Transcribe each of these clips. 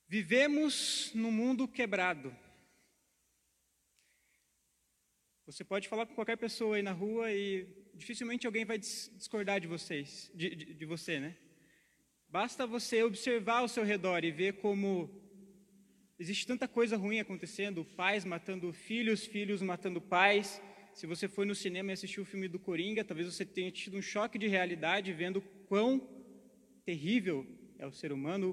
Vivemos num mundo quebrado. Você pode falar com qualquer pessoa aí na rua e dificilmente alguém vai discordar de você, né? Basta você observar ao seu redor e ver como existe tanta coisa ruim acontecendo, pais matando filhos, filhos matando pais. Se você foi no cinema e assistiu o filme do Coringa, talvez você tenha tido um choque de realidade vendo quão terrível é o ser humano,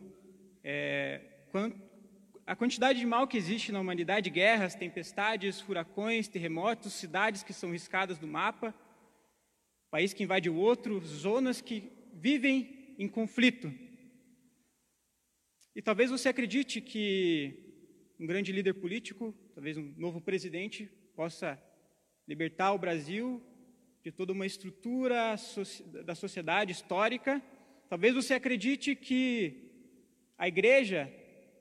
a quantidade de mal que existe na humanidade, guerras, tempestades, furacões, terremotos, cidades que são riscadas do mapa, país que invade o outro, zonas que vivem em conflito. E talvez você acredite que um grande líder político, talvez um novo presidente, possa libertar o Brasil de toda uma estrutura da sociedade histórica. Talvez você acredite que a igreja...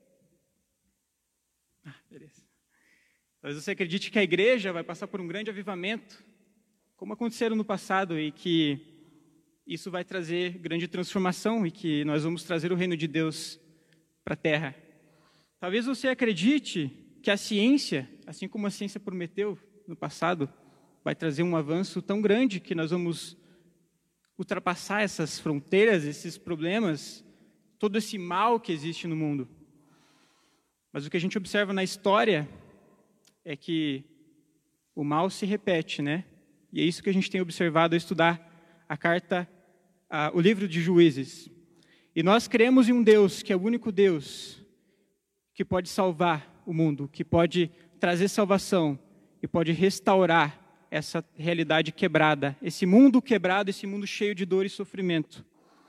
Talvez você acredite que a igreja vai passar por um grande avivamento, como aconteceram no passado, e que isso vai trazer grande transformação e que nós vamos trazer o reino de Deus para a terra. Talvez você acredite que a ciência, assim como a ciência prometeu no passado, vai trazer um avanço tão grande que nós vamos ultrapassar essas fronteiras, esses problemas, todo esse mal que existe no mundo. Mas o que a gente observa na história é que o mal se repete, né? E é isso que a gente tem observado ao estudar o livro de Juízes. E nós cremos em um Deus que é o único Deus que pode salvar o mundo, que pode trazer salvação e pode restaurar essa realidade quebrada, esse mundo quebrado, esse mundo cheio de dor e sofrimento.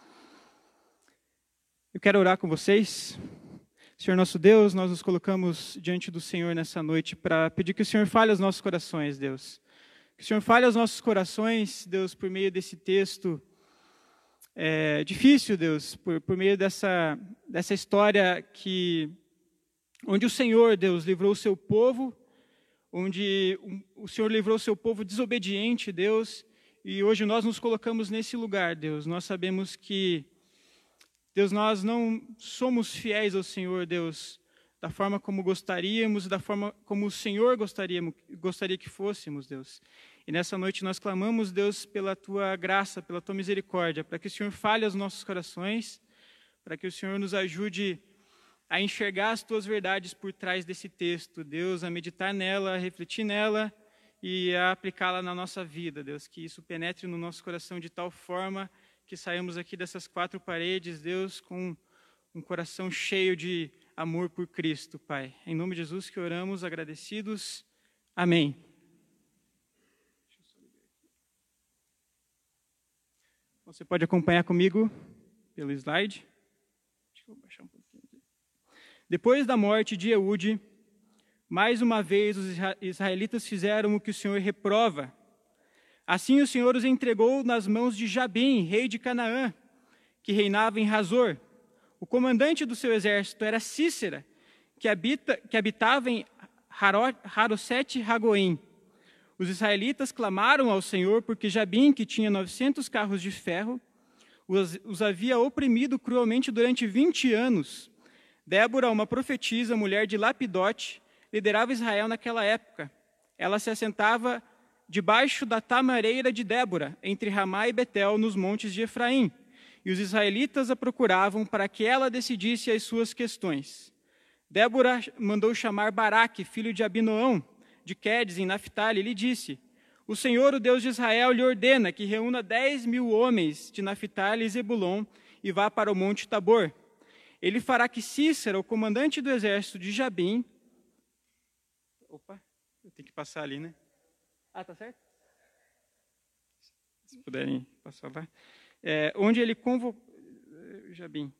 Eu quero orar com vocês. Senhor nosso Deus, nós nos colocamos diante do Senhor nessa noite para pedir que o Senhor fale aos nossos corações, Deus. Que o Senhor fale aos nossos corações, Deus, por meio desse texto difícil, Deus, por meio dessa história onde o Senhor, Deus, livrou o seu povo, onde o Senhor livrou o seu povo desobediente, Deus, e hoje nós nos colocamos nesse lugar, Deus. Nós sabemos que, Deus, nós não somos fiéis ao Senhor, Deus, da forma como gostaríamos, da forma como o Senhor gostaria que fôssemos, Deus. E nessa noite nós clamamos, Deus, pela Tua graça, pela Tua misericórdia, para que o Senhor fale aos nossos corações, para que o Senhor nos ajude a enxergar as Tuas verdades por trás desse texto, Deus, a meditar nela, a refletir nela e a aplicá-la na nossa vida, Deus, que isso penetre no nosso coração de tal forma que saímos aqui dessas quatro paredes, Deus, com um coração cheio de amor por Cristo, Pai. Em nome de Jesus que oramos, agradecidos. Amém. Você pode acompanhar comigo pelo slide. Deixa eu baixar um pouquinho aqui. Depois da morte de Eude, mais uma vez os israelitas fizeram o que o Senhor reprova. Assim o Senhor os entregou nas mãos de Jabim, rei de Canaã, que reinava em Hazor. O comandante do seu exército era Cícera, que habitava em Harosete-Ragoim. Os israelitas clamaram ao Senhor porque Jabim, que tinha 900 carros de ferro, os havia oprimido cruelmente durante 20 anos. Débora, uma profetisa, mulher de Lapidote, liderava Israel naquela época. Ela se assentava debaixo da tamareira de Débora, entre Ramá e Betel, nos montes de Efraim. E os israelitas a procuravam para que ela decidisse as suas questões. Débora mandou chamar Baraque, filho de Abinoão, de Quedes, em Naphtali, e lhe disse: O Senhor, o Deus de Israel, lhe ordena que reúna 10.000 homens de Naphtali e Zebulon e vá para o monte Tabor. Ele fará que Cícera, o comandante do exército de Jabim... Opa, eu tenho que passar ali, né? Ah, tá certo? Se puderem passar lá. Onde ele convocou... Jabim.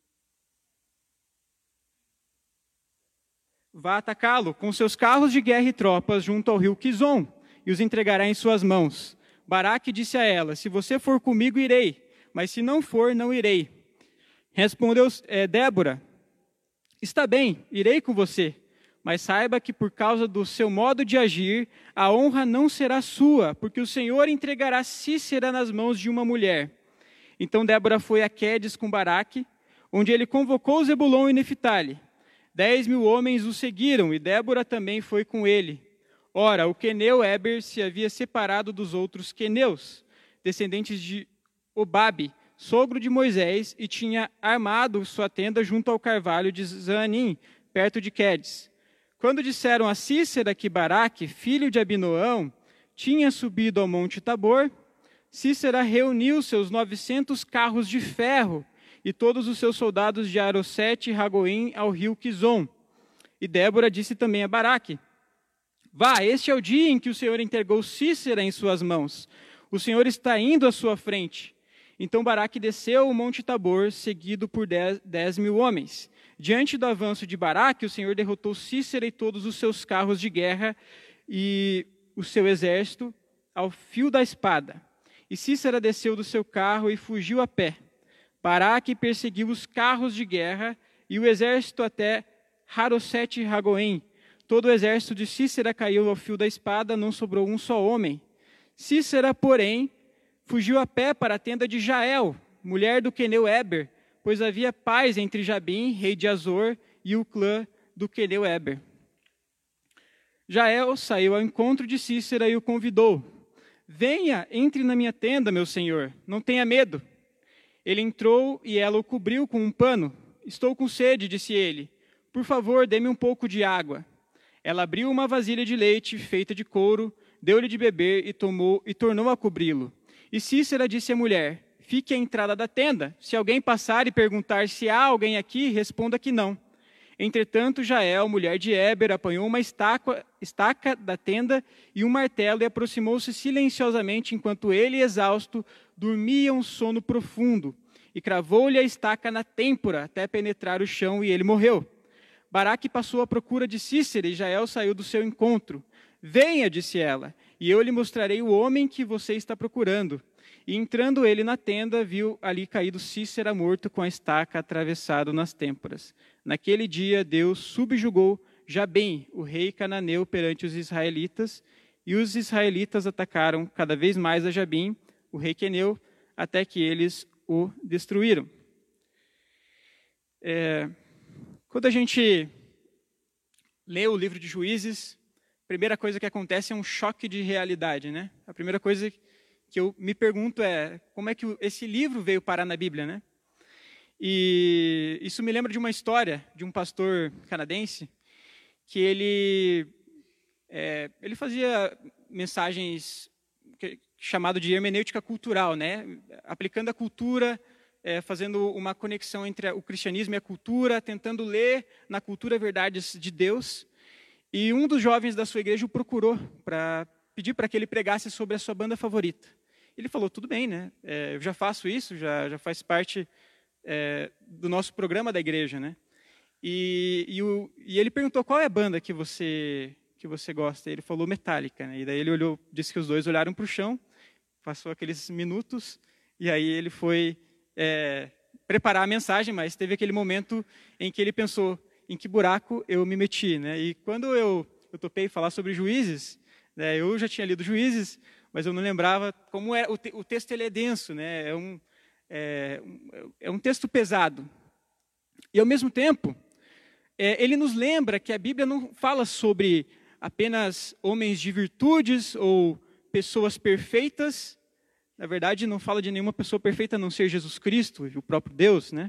Vá atacá-lo com seus carros de guerra e tropas junto ao rio Quizon e os entregará em suas mãos. Baraque disse a ela: Se você for comigo, irei, mas se não for, não irei. Respondeu Débora: Está bem, irei com você, mas saiba que por causa do seu modo de agir, a honra não será sua, porque o Senhor entregará Cícera nas mãos de uma mulher. Então Débora foi a Quedes com Baraque, onde ele convocou Zebulon e Neftali. 10.000 homens o seguiram, e Débora também foi com ele. Ora, o queneu Éber se havia separado dos outros queneus, descendentes de Obabe, sogro de Moisés, e tinha armado sua tenda junto ao carvalho de Zaanim, perto de Quedes. Quando disseram a Cícera que Baraque, filho de Abinoão, tinha subido ao monte Tabor, Cícera reuniu seus 900 carros de ferro e todos os seus soldados de Arosete e Ragoim ao rio Quizon. E Débora disse também a Baraque: Vá, este é o dia em que o Senhor entregou Cícera em suas mãos. O Senhor está indo à sua frente. Então Baraque desceu o monte Tabor, seguido por 10.000 homens. Diante do avanço de Baraque, o Senhor derrotou Cícera e todos os seus carros de guerra e o seu exército ao fio da espada. E Cícera desceu do seu carro e fugiu a pé. Baraque perseguiu os carros de guerra e o exército até Harosete e Ragoim. Todo o exército de Cícera caiu ao fio da espada, não sobrou um só homem. Cícera, porém, fugiu a pé para a tenda de Jael, mulher do queneu Éber, pois havia paz entre Jabim, rei de Azor, e o clã do queneu Éber. Jael saiu ao encontro de Cícera e o convidou. Venha, entre na minha tenda, meu senhor, não tenha medo. Ele entrou e ela o cobriu com um pano. Estou com sede, disse ele. Por favor, dê-me um pouco de água. Ela abriu uma vasilha de leite feita de couro, deu-lhe de beber e tornou a cobri-lo. E Cícera disse à mulher: Fique à entrada da tenda. Se alguém passar e perguntar se há alguém aqui, responda que não. Entretanto, Jael, mulher de Éber, apanhou uma estaca da tenda e um martelo e aproximou-se silenciosamente enquanto ele, exausto, dormia um sono profundo. E cravou-lhe a estaca na têmpora até penetrar o chão e ele morreu. Baraque passou à procura de Cícera e Jael saiu do seu encontro. Venha, disse ela, e eu lhe mostrarei o homem que você está procurando. E entrando ele na tenda, viu ali caído Cícera morto com a estaca atravessado nas têmporas. Naquele dia, Deus subjugou Jabim, o rei cananeu, perante os israelitas, e os israelitas atacaram cada vez mais a Jabim, o rei queneu, até que eles o destruíram. Quando a gente lê o livro de Juízes, a primeira coisa que acontece é um choque de realidade, né? A primeira coisa que eu me pergunto é como é que esse livro veio parar na Bíblia, né? E isso me lembra de uma história de um pastor canadense que ele fazia mensagens chamado de hermenêutica cultural, né? Aplicando a cultura, fazendo uma conexão entre o cristianismo e a cultura, tentando ler na cultura verdades de Deus. E um dos jovens da sua igreja o procurou para pedir para que ele pregasse sobre a sua banda favorita. Ele falou, tudo bem, né? Eu já faço isso, já faz parte do nosso programa da igreja, né? E ele perguntou, qual é a banda que você gosta? E ele falou, Metallica, né? E daí ele olhou, disse que os dois olharam para o chão, passou aqueles minutos, e aí ele foi preparar a mensagem, mas teve aquele momento em que ele pensou, em que buraco eu me meti, né? E quando eu topei falar sobre Juízes, né, eu já tinha lido Juízes, mas eu não lembrava como é o texto. Ele é denso, né? É um texto pesado. E ao mesmo tempo, ele nos lembra que a Bíblia não fala sobre apenas homens de virtudes ou pessoas perfeitas. Na verdade, não fala de nenhuma pessoa perfeita a não ser Jesus Cristo, o próprio Deus, né?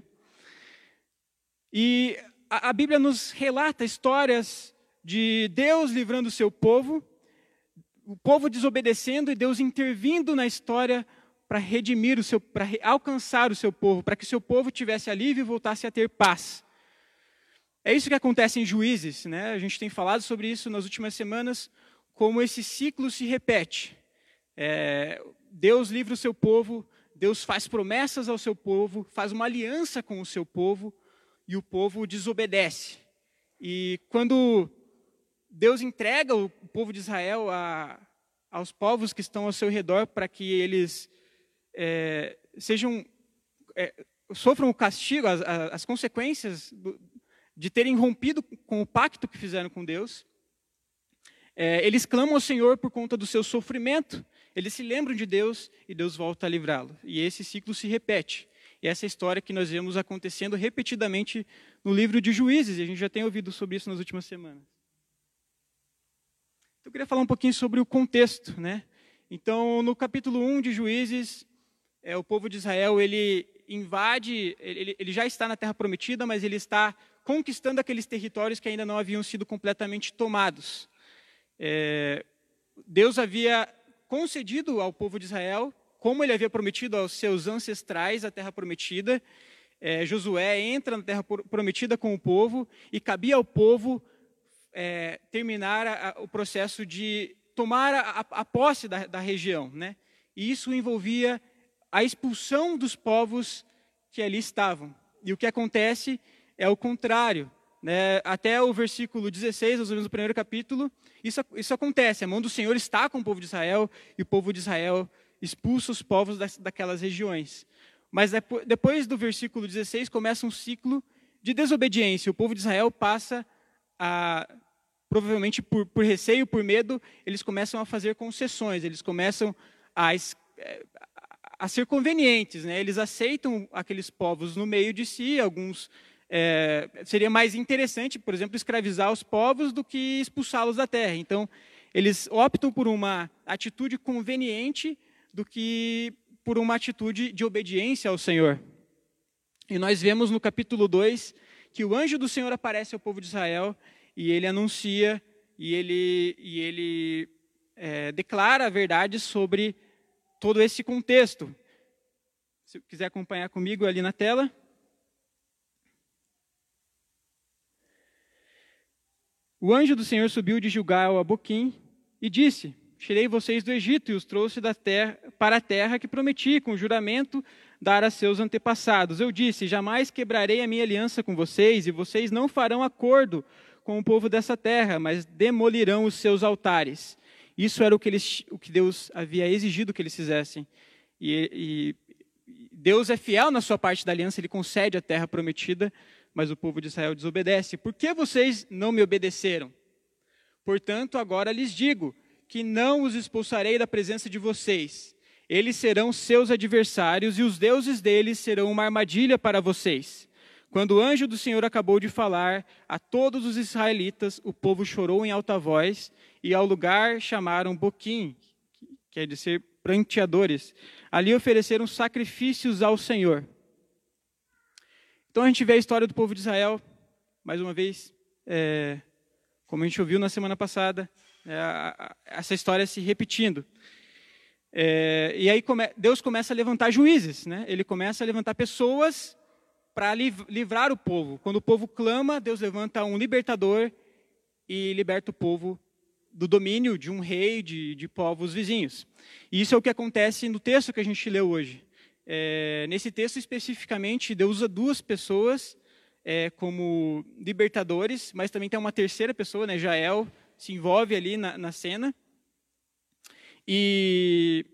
E a Bíblia nos relata histórias de Deus livrando o seu povo, o povo desobedecendo e Deus intervindo na história para redimir para alcançar o seu povo, para que o seu povo tivesse alívio e voltasse a ter paz. É isso que acontece em Juízes, né? A gente tem falado sobre isso nas últimas semanas, como esse ciclo se repete. Deus livra o seu povo, Deus faz promessas ao seu povo, faz uma aliança com o seu povo, e o povo desobedece. E quando Deus entrega o povo de Israel aos povos que estão ao seu redor para que eles sofram o castigo, as consequências de terem rompido com o pacto que fizeram com Deus, eles clamam ao Senhor por conta do seu sofrimento, eles se lembram de Deus e Deus volta a livrá-lo. E esse ciclo se repete. E essa história que nós vemos acontecendo repetidamente no livro de Juízes, e a gente já tem ouvido sobre isso nas últimas semanas. Então, eu queria falar um pouquinho sobre o contexto, né? Então, no capítulo 1 de Juízes, o povo de Israel, ele invade, ele já está na Terra Prometida, mas ele está conquistando aqueles territórios que ainda não haviam sido completamente tomados. Deus havia concedido ao povo de Israel, como ele havia prometido aos seus ancestrais, a Terra Prometida. Josué entra na Terra Prometida com o povo, e cabia ao povo terminar o processo de tomar a posse da região, né? E isso envolvia a expulsão dos povos que ali estavam. E o que acontece é o contrário, né? Até o versículo 16, nós vemos no primeiro capítulo, isso acontece. A mão do Senhor está com o povo de Israel, e o povo de Israel expulsa os povos daquelas regiões. Mas depois do versículo 16, começa um ciclo de desobediência. O povo de Israel passa a, provavelmente por receio, por medo, eles começam a fazer concessões, eles começam a ser convenientes, né? Eles aceitam aqueles povos no meio de si. Alguns seria mais interessante, por exemplo, escravizar os povos do que expulsá-los da terra. Então, eles optam por uma atitude conveniente do que por uma atitude de obediência ao Senhor. E nós vemos no capítulo 2 que o anjo do Senhor aparece ao povo de Israel e ele anuncia e ele declara a verdade sobre todo esse contexto. Se quiser acompanhar comigo ali na tela. O anjo do Senhor subiu de Gilgal a Boquim e disse: tirei vocês do Egito e os trouxe para a terra que prometi, com juramento, dar a seus antepassados. Eu disse: jamais quebrarei a minha aliança com vocês, e vocês não farão acordo com o povo dessa terra, mas demolirão os seus altares. Isso era o que Deus havia exigido que eles fizessem. E Deus é fiel na sua parte da aliança, ele concede a terra prometida, mas o povo de Israel desobedece. Por que vocês não me obedeceram? Portanto, agora lhes digo que não os expulsarei da presença de vocês. Eles serão seus adversários e os deuses deles serão uma armadilha para vocês. Quando o anjo do Senhor acabou de falar a todos os israelitas, o povo chorou em alta voz e ao lugar chamaram Boquim, que quer dizer pranteadores. Ali ofereceram sacrifícios ao Senhor. Então a gente vê a história do povo de Israel, mais uma vez, como a gente ouviu na semana passada, essa história se repetindo. E aí Deus começa a levantar juízes, né? Ele começa a levantar pessoas para livrar o povo. Quando o povo clama, Deus levanta um libertador e liberta o povo do domínio de um rei, de povos vizinhos. E isso é o que acontece no texto que a gente leu hoje. Nesse texto especificamente, Deus usa duas pessoas como libertadores, mas também tem uma terceira pessoa, né, Jael, se envolve ali na cena. E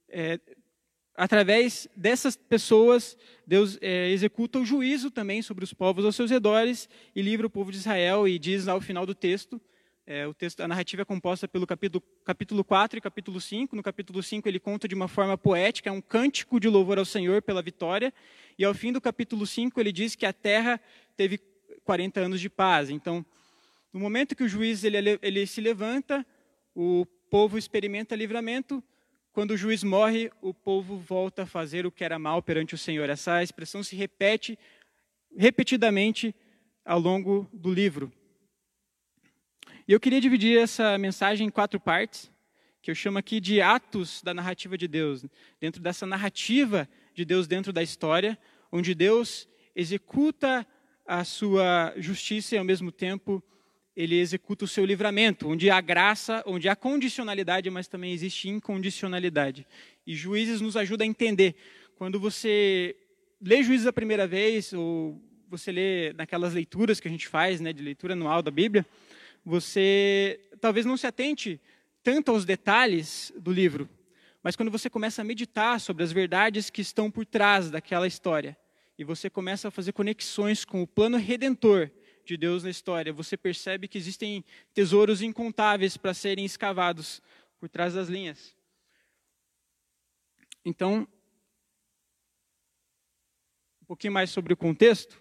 através dessas pessoas, Deus executa o juízo também sobre os povos aos seus redores e livra o povo de Israel. E diz lá ao final do texto, a narrativa é composta pelo capítulo 4 e capítulo 5. No capítulo 5 ele conta de uma forma poética, é um cântico de louvor ao Senhor pela vitória. E ao fim do capítulo 5 ele diz que a terra teve 40 anos de paz. Então, no momento que o juiz ele se levanta, o povo experimenta livramento. Quando o juiz morre, o povo volta a fazer o que era mal perante o Senhor. Essa expressão se repete repetidamente ao longo do livro. E eu queria dividir essa mensagem em 4 partes, que eu chamo aqui de atos da narrativa de Deus. Dentro dessa narrativa de Deus dentro da história, onde Deus executa a sua justiça e ao mesmo tempo ele executa o seu livramento, onde há graça, onde há condicionalidade, mas também existe incondicionalidade. E Juízes nos ajuda a entender. Quando você lê Juízes a primeira vez, ou você lê naquelas leituras que a gente faz, né, de leitura anual da Bíblia, você talvez não se atente tanto aos detalhes do livro, mas quando você começa a meditar sobre as verdades que estão por trás daquela história, e você começa a fazer conexões com o plano redentor de Deus na história, você percebe que existem tesouros incontáveis para serem escavados por trás das linhas. Então, pouquinho mais sobre o contexto,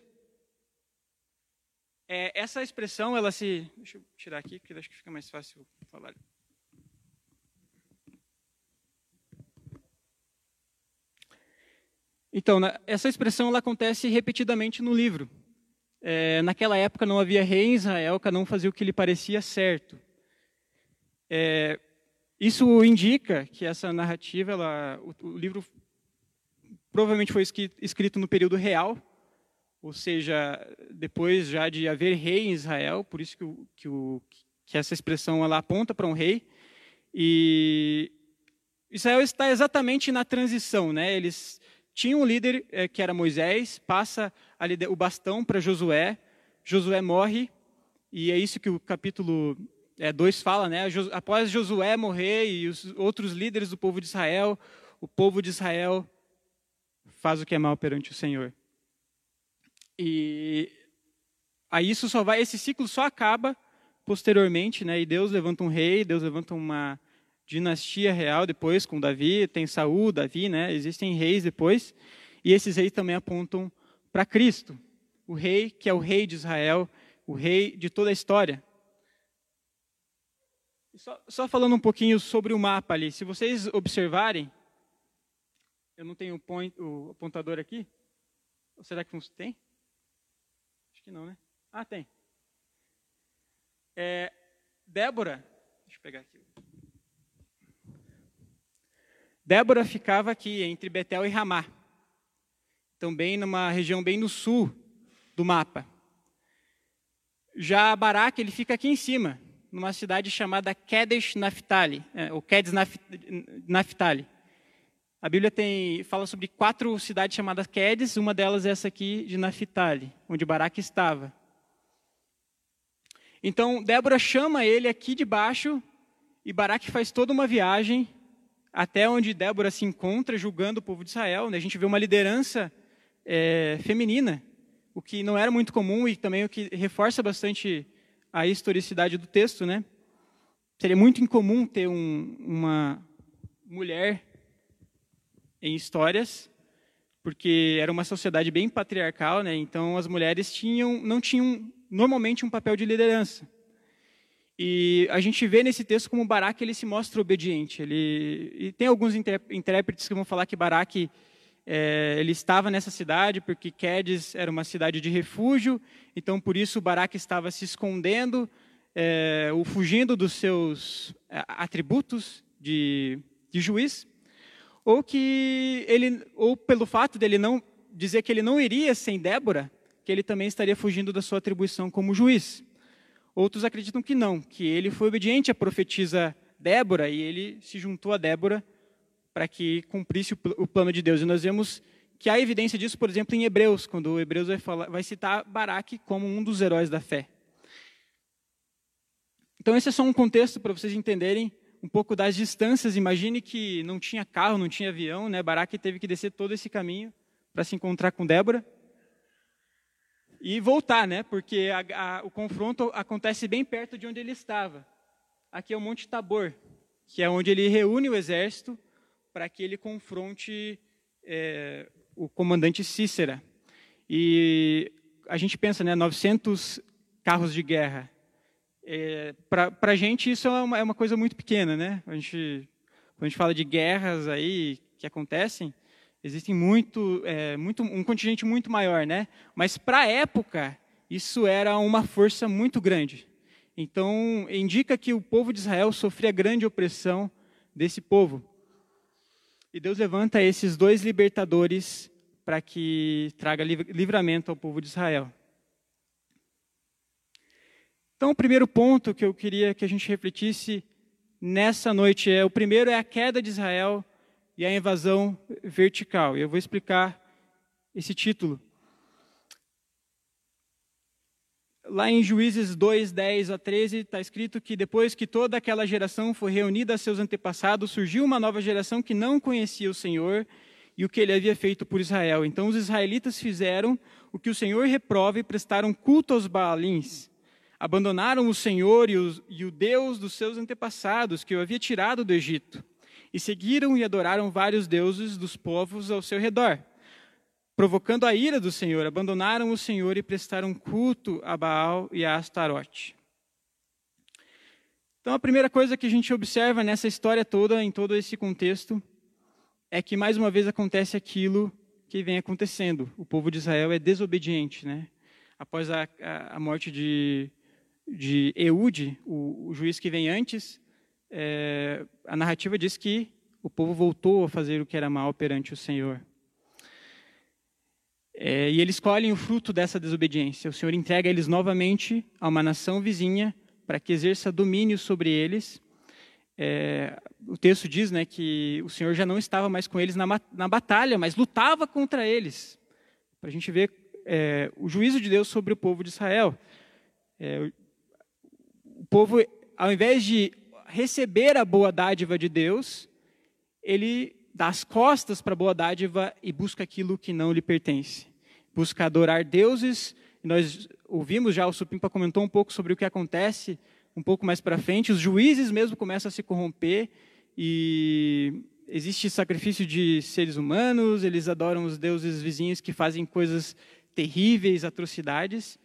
essa expressão, deixa eu tirar aqui, porque acho que fica mais fácil falar. Então, essa expressão ela acontece repetidamente no livro. Naquela época não havia rei em Israel, cada um fazia o que lhe parecia certo. Isso indica que essa narrativa, o livro provavelmente foi escrito no período real, ou seja, depois já de haver rei em Israel, por isso que essa expressão ela aponta para um rei. E Israel está exatamente na transição, né? Eles tinham um líder que era Moisés, passa o bastão para Josué, Josué morre, e é isso que o capítulo 2 fala, né? Após Josué morrer e os outros líderes do povo de Israel, o povo de Israel faz o que é mal perante o Senhor. E aí esse ciclo só acaba posteriormente, né? E Deus levanta um rei, Deus levanta uma dinastia real depois com Davi, tem Saul, Davi, né? Existem reis depois, e esses reis também apontam para Cristo, o rei que é o rei de Israel, o rei de toda a história. Só falando um pouquinho sobre o mapa ali, se vocês observarem, eu não tenho o apontador aqui, ou será que tem? Acho que não, né? Ah, tem. Débora, deixa eu pegar aqui. Débora ficava aqui, entre Betel e Ramá. Também numa região bem no sul do mapa. Já Baraque, ele fica aqui em cima, numa cidade chamada Kedesh Naphtali, ou Kedes Naphtali. A Bíblia fala sobre 4 cidades chamadas Kedes, uma delas é essa aqui de Naphtali, onde Baraque estava. Então, Débora chama ele aqui de baixo, e Baraque faz toda uma viagem até onde Débora se encontra julgando o povo de Israel. A gente vê uma liderança feminina, o que não era muito comum e também o que reforça bastante a historicidade do texto, né? Seria muito incomum ter uma mulher em histórias, porque era uma sociedade bem patriarcal, né? Então as mulheres não tinham normalmente um papel de liderança. E a gente vê nesse texto como Baraque ele se mostra obediente. E tem alguns intérpretes que vão falar que Baraque ele estava nessa cidade porque Kedes era uma cidade de refúgio, então por isso Baraque estava se escondendo, ou fugindo dos seus atributos de juiz, ou pelo fato dele não dizer que ele não iria sem Débora, que ele também estaria fugindo da sua atribuição como juiz. Outros acreditam que não, que ele foi obediente à profetisa Débora e ele se juntou a Débora para que cumprisse o plano de Deus. E nós vemos que há evidência disso, por exemplo, em Hebreus, quando o Hebreus vai citar Baraque como um dos heróis da fé. Então esse é só um contexto para vocês entenderem um pouco das distâncias. Imagine que não tinha carro, não tinha avião, né? Baraque teve que descer todo esse caminho para se encontrar com Débora. E voltar, né? Porque o confronto acontece bem perto de onde ele estava. Aqui é o Monte Tabor, que é onde ele reúne o exército para que ele confronte o comandante Cícera. E a gente pensa, né? 900 carros de guerra. Para a gente isso é uma coisa muito pequena, né? Quando a gente fala de guerras aí que acontecem, existem um contingente muito maior, né? Mas para a época, isso era uma força muito grande. Então, indica que o povo de Israel sofria grande opressão desse povo. E Deus levanta esses 2 libertadores para que traga livramento ao povo de Israel. Então, o primeiro ponto que eu queria que a gente refletisse nessa noite o primeiro é a queda de Israel e a invasão vertical. E eu vou explicar esse título. Lá em Juízes 2, 10 a 13, está escrito que depois que toda aquela geração foi reunida a seus antepassados, surgiu uma nova geração que não conhecia o Senhor e o que ele havia feito por Israel. Então os israelitas fizeram o que o Senhor reprova e prestaram culto aos Baalins. Abandonaram o Senhor e o Deus dos seus antepassados, que o havia tirado do Egito. E seguiram e adoraram vários deuses dos povos ao seu redor. provocando a ira do Senhor, abandonaram o Senhor e prestaram culto a Baal e a Astarote. Então, a primeira coisa que a gente observa nessa história toda, em todo esse contexto, é que mais uma vez acontece aquilo que vem acontecendo. O povo de Israel é desobediente, né? Após a morte de Eude, o juiz que vem antes, a narrativa diz que o povo voltou a fazer o que era mal perante o Senhor. E eles colhem o fruto dessa desobediência. O Senhor entrega eles novamente a uma nação vizinha para que exerça domínio sobre eles. O texto diz, né, que o Senhor já não estava mais com eles na batalha, mas lutava contra eles. Para a gente ver o juízo de Deus sobre o povo de Israel. O povo, ao invés de receber a boa dádiva de Deus, ele dá as costas para a boa dádiva e busca aquilo que não lhe pertence. Busca adorar deuses. Nós ouvimos já, o Supimpa comentou um pouco sobre o que acontece um pouco mais para frente. Os juízes mesmo começam a se corromper e existe sacrifício de seres humanos, eles adoram os deuses vizinhos que fazem coisas terríveis, atrocidades.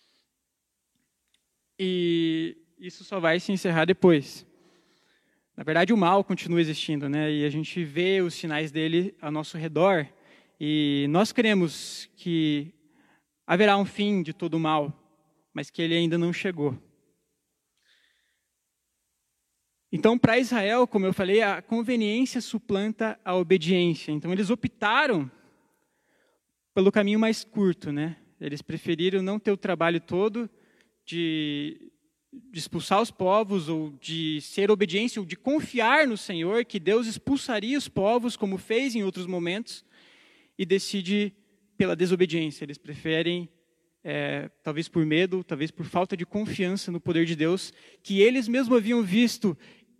E isso só vai se encerrar depois. Na verdade, o mal continua existindo, né? E a gente vê os sinais dele ao nosso redor. E nós cremos que haverá um fim de todo o mal, mas que ele ainda não chegou. Então, para Israel, como eu falei, a conveniência suplanta a obediência. Então, eles optaram pelo caminho mais curto, né? Eles preferiram não ter o trabalho todo de expulsar os povos, ou de ser obediência, ou de confiar no Senhor, que Deus expulsaria os povos, como fez em outros momentos, e decide pela desobediência. Eles preferem, talvez por medo, talvez por falta de confiança no poder de Deus, que eles mesmos haviam visto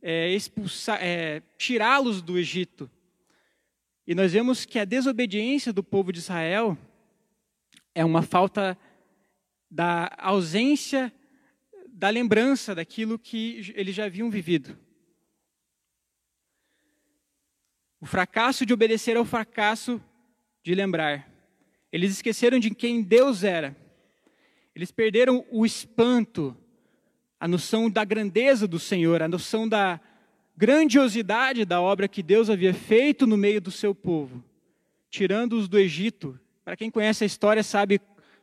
tirá-los do Egito. E nós vemos que a desobediência do povo de Israel é uma falta da ausência da lembrança daquilo que eles já haviam vivido. O fracasso de obedecer ao fracasso de lembrar. Eles esqueceram de quem Deus era. Eles perderam o espanto, a noção da grandeza do Senhor, a noção da grandiosidade da obra que Deus havia feito no meio do seu povo, tirando-os do Egito. Para quem conhece a história sabe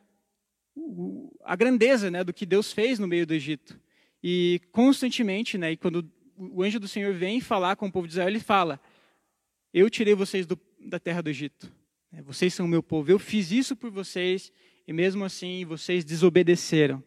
a grandeza, né, do que Deus fez no meio do Egito. E constantemente, né, e quando o anjo do Senhor vem falar com o povo de Israel, ele fala: eu tirei vocês da terra do Egito. Vocês são o meu povo. Eu fiz isso por vocês e mesmo assim vocês desobedeceram.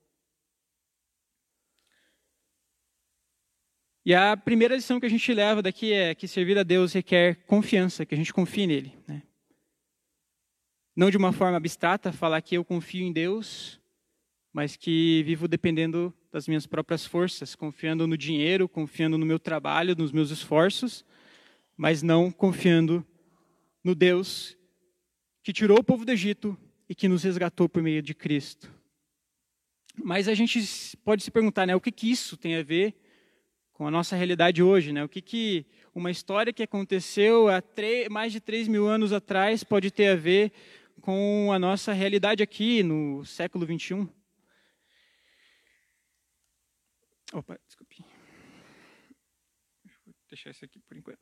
E a primeira lição que a gente leva daqui é que servir a Deus requer confiança, que a gente confie nele, né? Não de uma forma abstrata, falar que eu confio em Deus, mas que vivo dependendo das minhas próprias forças, confiando no dinheiro, confiando no meu trabalho, nos meus esforços, mas não confiando no Deus que tirou o povo do Egito e que nos resgatou por meio de Cristo. Mas a gente pode se perguntar, né, o que isso tem a ver com a nossa realidade hoje, né? O que uma história que aconteceu há mais de 3.000 anos atrás pode ter a ver com a nossa realidade aqui no século 21? Opa, desculpe. Vou deixar isso aqui por enquanto.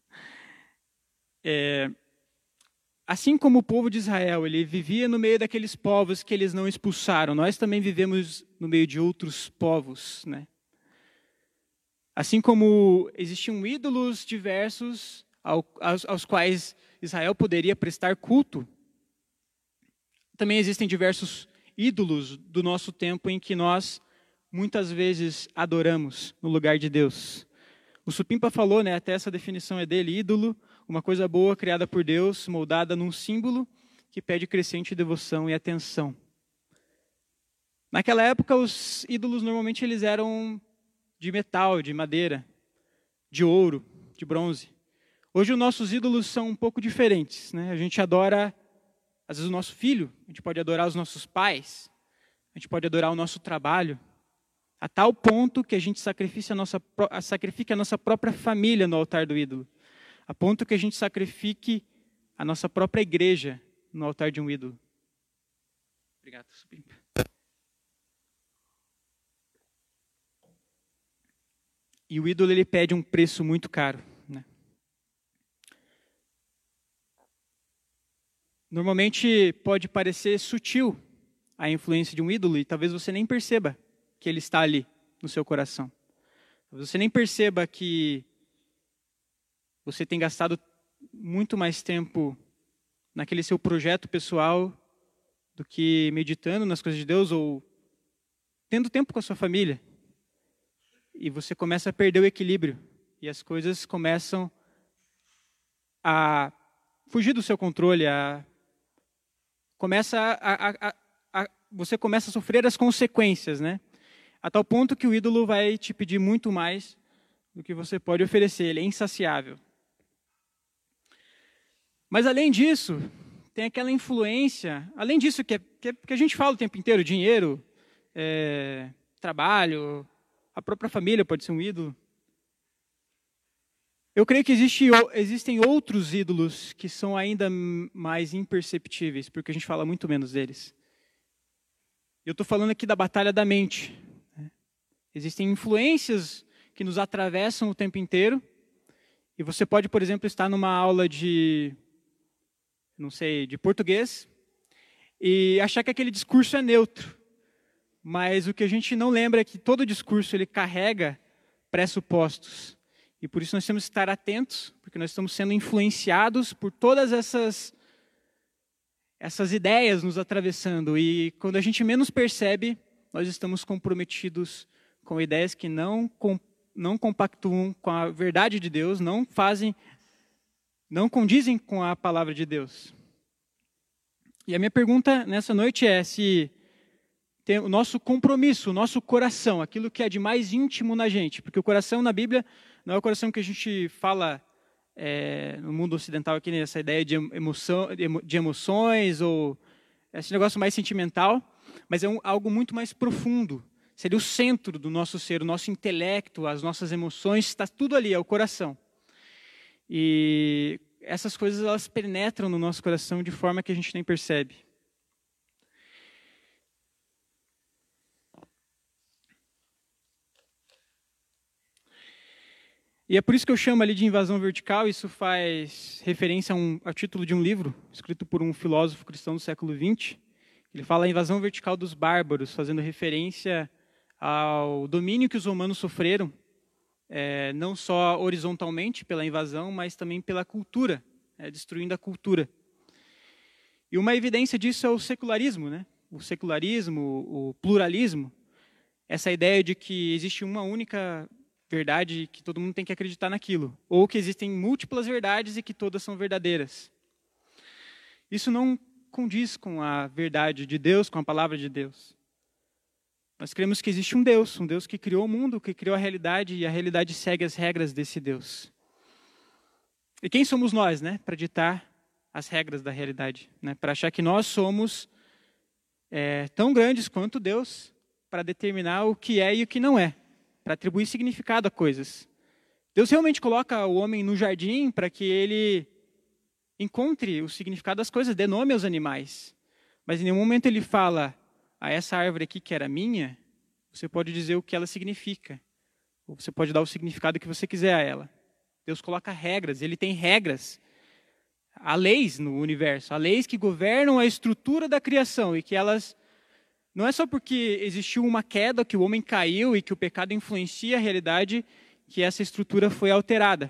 Assim como o povo de Israel, ele vivia no meio daqueles povos que eles não expulsaram, nós também vivemos no meio de outros povos, né? Assim como existiam ídolos diversos aos quais Israel poderia prestar culto, também existem diversos ídolos do nosso tempo em que nós muitas vezes adoramos no lugar de Deus. O Supimpa falou, né, até essa definição é dele: ídolo, uma coisa boa criada por Deus, moldada num símbolo que pede crescente devoção e atenção. Naquela época, os ídolos normalmente eles eram de metal, de madeira, de ouro, de bronze. Hoje os nossos ídolos são um pouco diferentes, né? A gente adora, às vezes, o nosso filho, a gente pode adorar os nossos pais, a gente pode adorar o nosso trabalho, a tal ponto que a gente sacrifique a nossa própria família no altar do ídolo, a ponto que a gente sacrifique a nossa própria igreja no altar de um ídolo. Obrigado, subindo. E o ídolo ele pede um preço muito caro, né? Normalmente pode parecer sutil a influência de um ídolo e talvez você nem perceba que ele está ali no seu coração. Talvez você nem perceba que você tem gastado muito mais tempo naquele seu projeto pessoal do que meditando nas coisas de Deus ou tendo tempo com a sua família. E você começa a perder o equilíbrio e as coisas começam a fugir do seu controle, você começa a sofrer as consequências, né? A tal ponto que o ídolo vai te pedir muito mais do que você pode oferecer, ele é insaciável. Mas além disso, tem aquela influência, além disso que a gente fala o tempo inteiro, dinheiro, trabalho, a própria família pode ser um ídolo. Eu creio que existem outros ídolos que são ainda mais imperceptíveis, porque a gente fala muito menos deles. Eu estou falando aqui da batalha da mente. Existem influências que nos atravessam o tempo inteiro, e você pode, por exemplo, estar numa aula de português, e achar que aquele discurso é neutro. Mas o que a gente não lembra é que todo discurso ele carrega pressupostos. E por isso nós temos que estar atentos, porque nós estamos sendo influenciados por todas essas ideias nos atravessando. E quando a gente menos percebe, nós estamos comprometidos com ideias que não compactuam com a verdade de Deus, não condizem com a palavra de Deus. E a minha pergunta nessa noite é se tem o nosso compromisso, o nosso coração, aquilo que é de mais íntimo na gente, porque o coração na Bíblia não é o coração que a gente fala no mundo ocidental aqui, nessa ideia de emoções ou esse negócio mais sentimental, mas é algo muito mais profundo. Seria o centro do nosso ser, o nosso intelecto, as nossas emoções, está tudo ali, é o coração. E essas coisas elas penetram no nosso coração de forma que a gente nem percebe. E é por isso que eu chamo ali de invasão vertical. Isso faz referência ao título de um livro, escrito por um filósofo cristão do século XX. Ele fala a invasão vertical dos bárbaros, fazendo referência ao domínio que os romanos sofreram, não só horizontalmente pela invasão, mas também pela cultura, destruindo a cultura. E uma evidência disso é o secularismo, né? O secularismo, o pluralismo, essa ideia de que existe uma única verdade que todo mundo tem que acreditar naquilo, ou que existem múltiplas verdades e que todas são verdadeiras. Isso não condiz com a verdade de Deus, com a palavra de Deus. Nós cremos que existe um Deus que criou o mundo, que criou a realidade, e a realidade segue as regras desse Deus. E quem somos nós, né, para ditar as regras da realidade, né, para achar que nós somos tão grandes quanto Deus para determinar o que é e o que não é, para atribuir significado a coisas. Deus realmente coloca o homem no jardim para que ele encontre o significado das coisas, dê nome aos animais. Mas em nenhum momento ele fala, essa árvore aqui que era minha, você pode dizer o que ela significa. Ou você pode dar o significado que você quiser a ela. Deus coloca regras, ele tem regras. Há leis no universo, há leis que governam a estrutura da criação e que elas... Não é só porque existiu uma queda, que o homem caiu e que o pecado influencia a realidade, que essa estrutura foi alterada.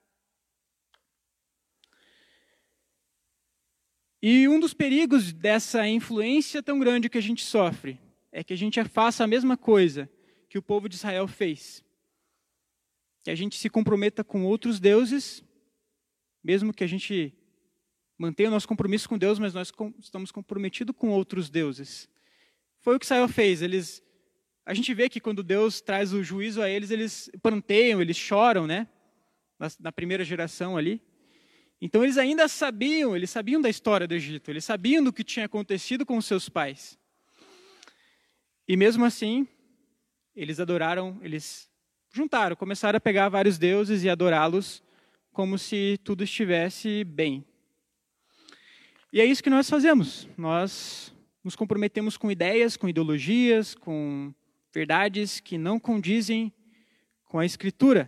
E um dos perigos dessa influência tão grande que a gente sofre é que a gente faça a mesma coisa que o povo de Israel fez. Que a gente se comprometa com outros deuses, mesmo que a gente mantenha o nosso compromisso com Deus, mas nós estamos comprometidos com outros deuses. Foi o que Israel fez. A gente vê que quando Deus traz o juízo a eles planteiam, eles choram, né? Na primeira geração ali. Então eles ainda sabiam da história do Egito, eles sabiam do que tinha acontecido com os seus pais. E mesmo assim, eles começaram a pegar vários deuses e adorá-los como se tudo estivesse bem. E é isso que nós fazemos. Nós nos comprometemos com ideias, com ideologias, com verdades que não condizem com a Escritura.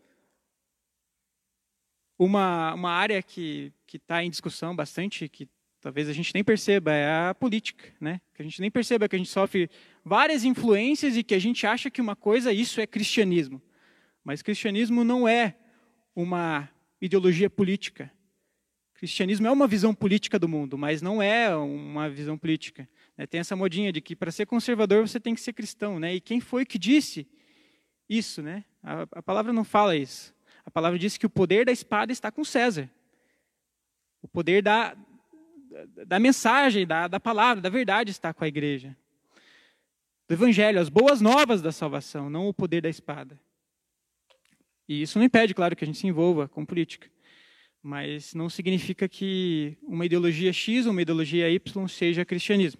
Uma área que está em discussão bastante, que talvez a gente nem perceba, é a política, né? Que a gente nem perceba que a gente sofre várias influências e que a gente acha que uma coisa, isso é cristianismo. Mas cristianismo não é uma ideologia política. Cristianismo é uma visão política do mundo, mas não é uma visão política. Tem essa modinha de que para ser conservador você tem que ser cristão, né? E quem foi que disse isso, né? A palavra não fala isso. A palavra diz que o poder da espada está com César. O poder da mensagem, da palavra, da verdade está com a igreja. Do evangelho, as boas novas da salvação, não o poder da espada. E isso não impede, claro, que a gente se envolva com política. Mas não significa que uma ideologia X ou uma ideologia Y seja cristianismo.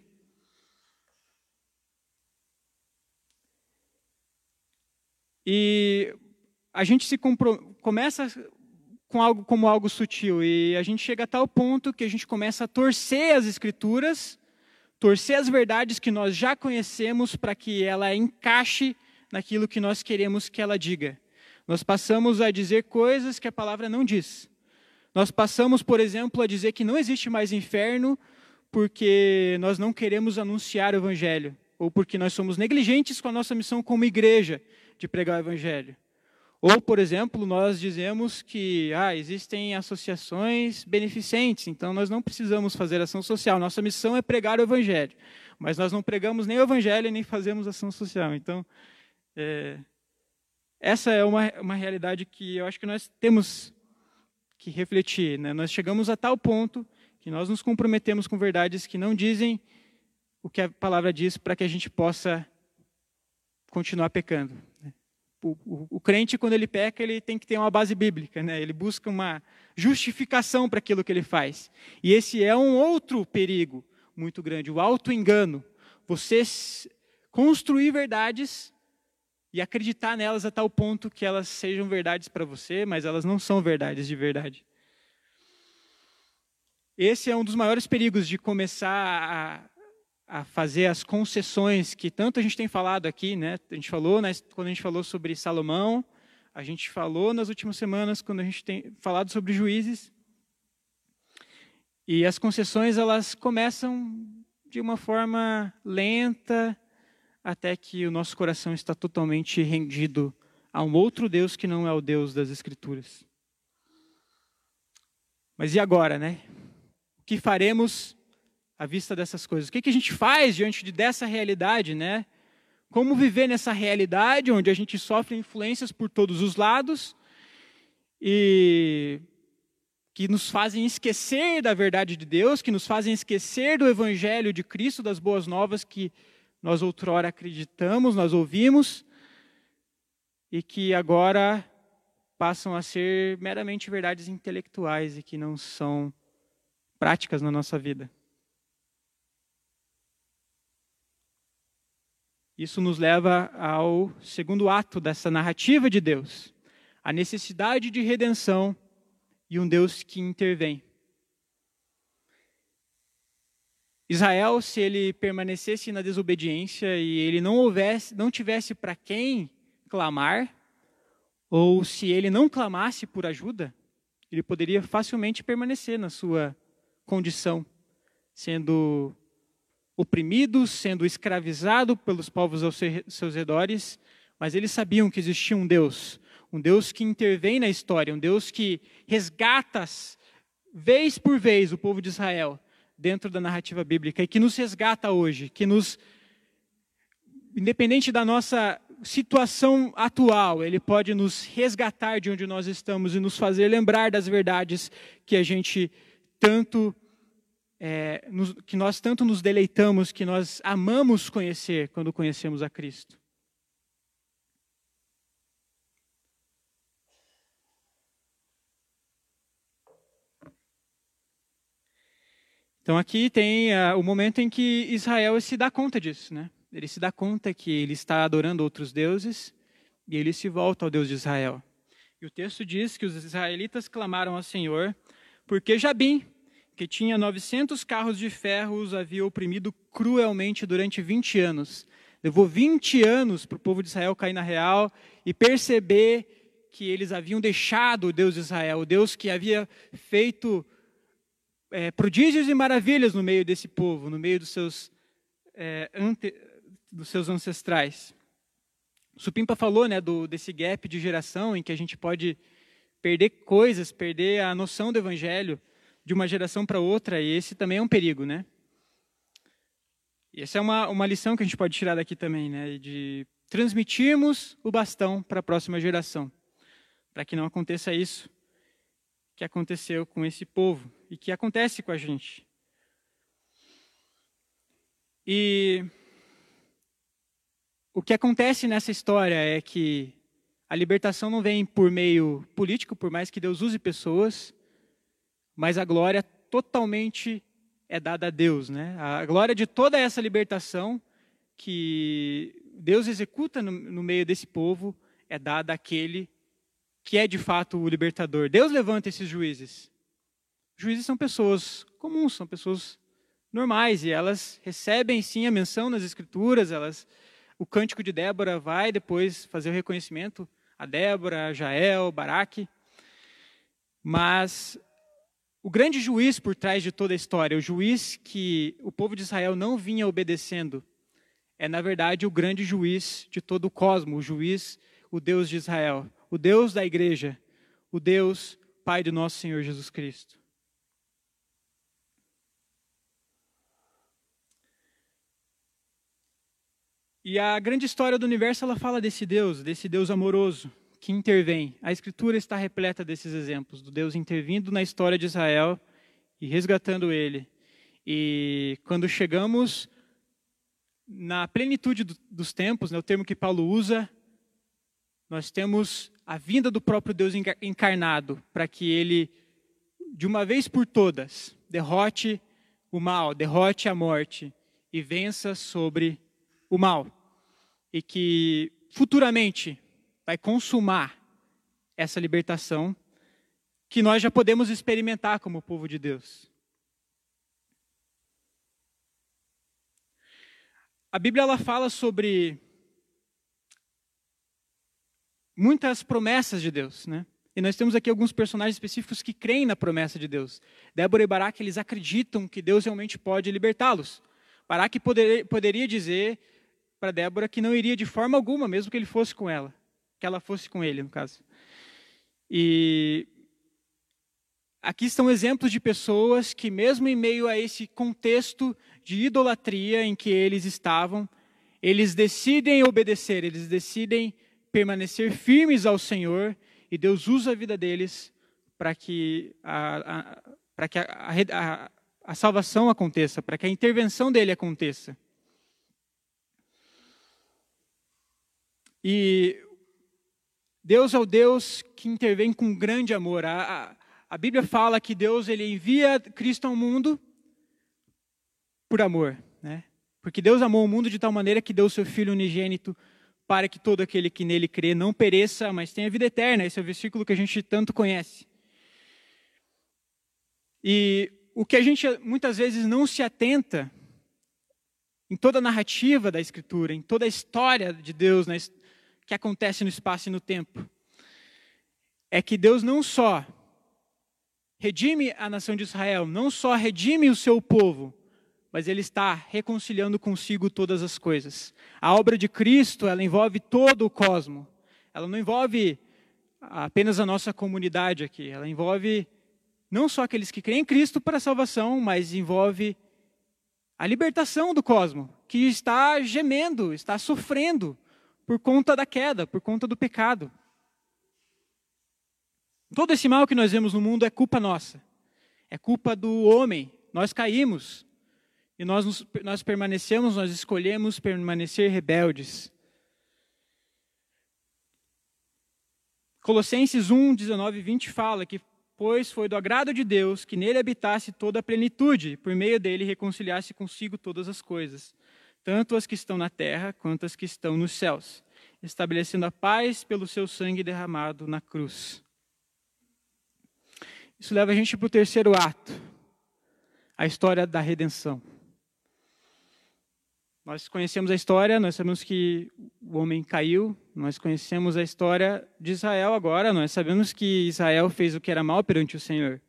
E a gente começa com algo como algo sutil e a gente chega a tal ponto que a gente começa a torcer as Escrituras, torcer as verdades que nós já conhecemos para que ela encaixe naquilo que nós queremos que ela diga. Nós passamos a dizer coisas que a palavra não diz. Nós passamos, por exemplo, a dizer que não existe mais inferno porque nós não queremos anunciar o Evangelho, ou porque nós somos negligentes com a nossa missão como igreja de pregar o Evangelho. Ou, por exemplo, nós dizemos que existem associações beneficentes, então nós não precisamos fazer ação social. Nossa missão é pregar o Evangelho, mas nós não pregamos nem o Evangelho e nem fazemos ação social. Então, essa é uma realidade que eu acho que nós temos que refletir, né? Nós chegamos a tal ponto que nós nos comprometemos com verdades que não dizem o que a palavra diz para que a gente possa continuar pecando. O crente, quando ele peca, ele tem que ter uma base bíblica, né? Ele busca uma justificação para aquilo que ele faz. E esse é um outro perigo muito grande, o auto-engano. Você construir verdades e acreditar nelas a tal ponto que elas sejam verdades para você, mas elas não são verdades de verdade. Esse é um dos maiores perigos de começar a fazer as concessões que tanto a gente tem falado aqui, né? A gente falou quando a gente falou sobre Salomão, a gente falou nas últimas semanas quando a gente tem falado sobre Juízes. E as concessões, elas começam de uma forma lenta, até que o nosso coração está totalmente rendido a um outro Deus que não é o Deus das Escrituras. Mas e agora, né? O que faremos à vista dessas coisas? O que a gente faz diante dessa realidade, né? Como viver nessa realidade onde a gente sofre influências por todos os lados e que nos fazem esquecer da verdade de Deus, que nos fazem esquecer do Evangelho de Cristo, das boas novas que nós outrora acreditamos, nós ouvimos, e que agora passam a ser meramente verdades intelectuais e que não são práticas na nossa vida. Isso nos leva ao segundo ato dessa narrativa de Deus, a necessidade de redenção e um Deus que intervém. Israel, se ele permanecesse na desobediência e ele não tivesse para quem clamar, ou se ele não clamasse por ajuda, ele poderia facilmente permanecer na sua condição, sendo oprimido, sendo escravizado pelos povos aos seus redores, mas eles sabiam que existia um Deus que intervém na história, um Deus que resgata vez por vez o povo de Israel dentro da narrativa bíblica e que nos resgata hoje, que nos, independente da nossa situação atual, ele pode nos resgatar de onde nós estamos e nos fazer lembrar das verdades que a gente tanto que nós tanto nos deleitamos, que nós amamos conhecer quando conhecemos a Cristo. Então aqui tem o momento em que Israel se dá conta disso, né? Ele se dá conta que ele está adorando outros deuses e ele se volta ao Deus de Israel. E o texto diz que os israelitas clamaram ao Senhor porque Jabim, que tinha 900 carros de ferro, os havia oprimido cruelmente durante 20 anos. Levou 20 anos para o povo de Israel cair na real e perceber que eles haviam deixado o Deus de Israel, o Deus que havia feito prodígios e maravilhas no meio desse povo, no meio dos seus ancestrais. O Supimpa falou, né, desse gap de geração em que a gente pode perder coisas, perder a noção do evangelho de uma geração para outra, e esse também é um perigo, né? E essa é uma lição que a gente pode tirar daqui também, né, de transmitirmos o bastão para a próxima geração, para que não aconteça isso que aconteceu com esse povo e que acontece com a gente. E o que acontece nessa história é que a libertação não vem por meio político, por mais que Deus use pessoas, mas a glória totalmente é dada a Deus, né? A glória de toda essa libertação que Deus executa no meio desse povo é dada àquele que é de fato o libertador. Deus levanta esses juízes. Juízes são pessoas comuns, são pessoas normais, e elas recebem sim a menção nas Escrituras, o cântico de Débora vai depois fazer o reconhecimento a Débora, a Jael, Baraque. Mas o grande juiz por trás de toda a história, o juiz que o povo de Israel não vinha obedecendo, é na verdade o grande juiz de todo o cosmos, o juiz, o Deus de Israel, o Deus da igreja, o Deus Pai do nosso Senhor Jesus Cristo. E a grande história do universo, ela fala desse Deus amoroso, que intervém. A Escritura está repleta desses exemplos, do Deus intervindo na história de Israel e resgatando ele. E quando chegamos na plenitude dos tempos, né, o termo que Paulo usa, nós temos a vinda do próprio Deus encarnado, para que ele, de uma vez por todas, derrote o mal, derrote a morte e vença sobre o mal, e que futuramente vai consumar essa libertação que nós já podemos experimentar como povo de Deus. A Bíblia ela fala sobre muitas promessas de Deus, né? E nós temos aqui alguns personagens específicos que creem na promessa de Deus. Débora e Baraque, eles acreditam que Deus realmente pode libertá-los. Baraque poderia dizer para Débora que não iria de forma alguma, mesmo que ele fosse com ela, que ela fosse com ele, no caso. E aqui estão exemplos de pessoas que, mesmo em meio a esse contexto de idolatria em que eles estavam, eles decidem obedecer, eles decidem permanecer firmes ao Senhor, e Deus usa a vida deles para que a salvação aconteça, para que a intervenção dele aconteça. E Deus é o Deus que intervém com grande amor. A Bíblia fala que Deus ele envia Cristo ao mundo por amor, né? Porque Deus amou o mundo de tal maneira que deu o seu Filho unigênito para que todo aquele que nele crê não pereça, mas tenha vida eterna. Esse é o versículo que a gente tanto conhece. E o que a gente muitas vezes não se atenta em toda a narrativa da Escritura, em toda a história de Deus, que acontece no espaço e no tempo, é que Deus não só redime a nação de Israel, não só redime o seu povo, mas Ele está reconciliando consigo todas as coisas. A obra de Cristo, ela envolve todo o cosmos. Ela não envolve apenas a nossa comunidade aqui. Ela envolve não só aqueles que creem em Cristo para a salvação, mas envolve a libertação do cosmos, que está gemendo, está sofrendo por conta da queda, por conta do pecado. Todo esse mal que nós vemos no mundo é culpa nossa. É culpa do homem. Nós caímos. E nós permanecemos, nós escolhemos permanecer rebeldes. Colossenses 1, 19 e 20 fala que, pois foi do agrado de Deus que nele habitasse toda a plenitude, por meio dele reconciliasse consigo todas as coisas, tanto as que estão na terra quanto as que estão nos céus, estabelecendo a paz pelo seu sangue derramado na cruz. Isso leva a gente para o terceiro ato. a história da redenção. Nós conhecemos a história, nós sabemos que o homem caiu, nós conhecemos a história de Israel agora, nós sabemos que Israel fez o que era mal perante o Senhor.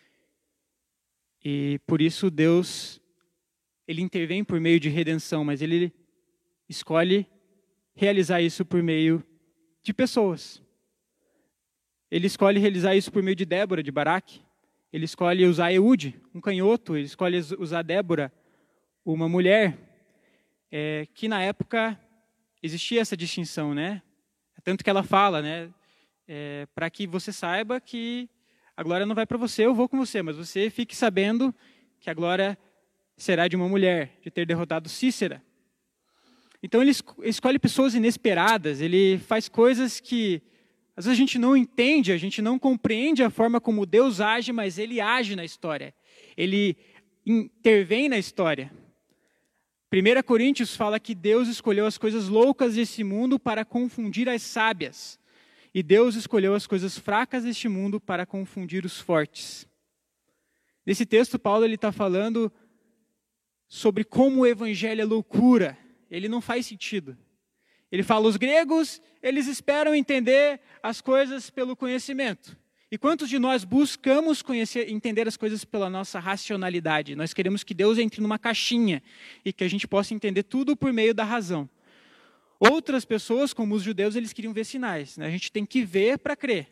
E por isso Deus, Ele intervém por meio de redenção, mas Ele escolhe realizar isso por meio de pessoas. Ele escolhe realizar isso por meio de Débora, de Baraque. Ele escolhe usar Eude, um canhoto. Ele escolhe usar Débora, uma mulher, que na época existia essa distinção, né? Tanto que ela fala, né? Para que você saiba que a glória não vai para você, eu vou com você, mas você fique sabendo que a glória será de uma mulher, de ter derrotado Cícera. Então ele escolhe pessoas inesperadas, ele faz coisas que às vezes a gente não entende, a gente não compreende a forma como Deus age, mas Ele age na história. Ele intervém na história. 1 Coríntios fala que Deus escolheu as coisas loucas desse mundo para confundir as sábias. E Deus escolheu as coisas fracas deste mundo para confundir os fortes. Nesse texto, Paulo está falando sobre como o evangelho é loucura. Ele não faz sentido. Ele fala, os gregos, eles esperam entender as coisas pelo conhecimento. E quantos de nós buscamos entender as coisas pela nossa racionalidade? Nós queremos que Deus entre numa caixinha e que a gente possa entender tudo por meio da razão. Outras pessoas, como os judeus, eles queriam ver sinais, né? A gente tem que ver para crer.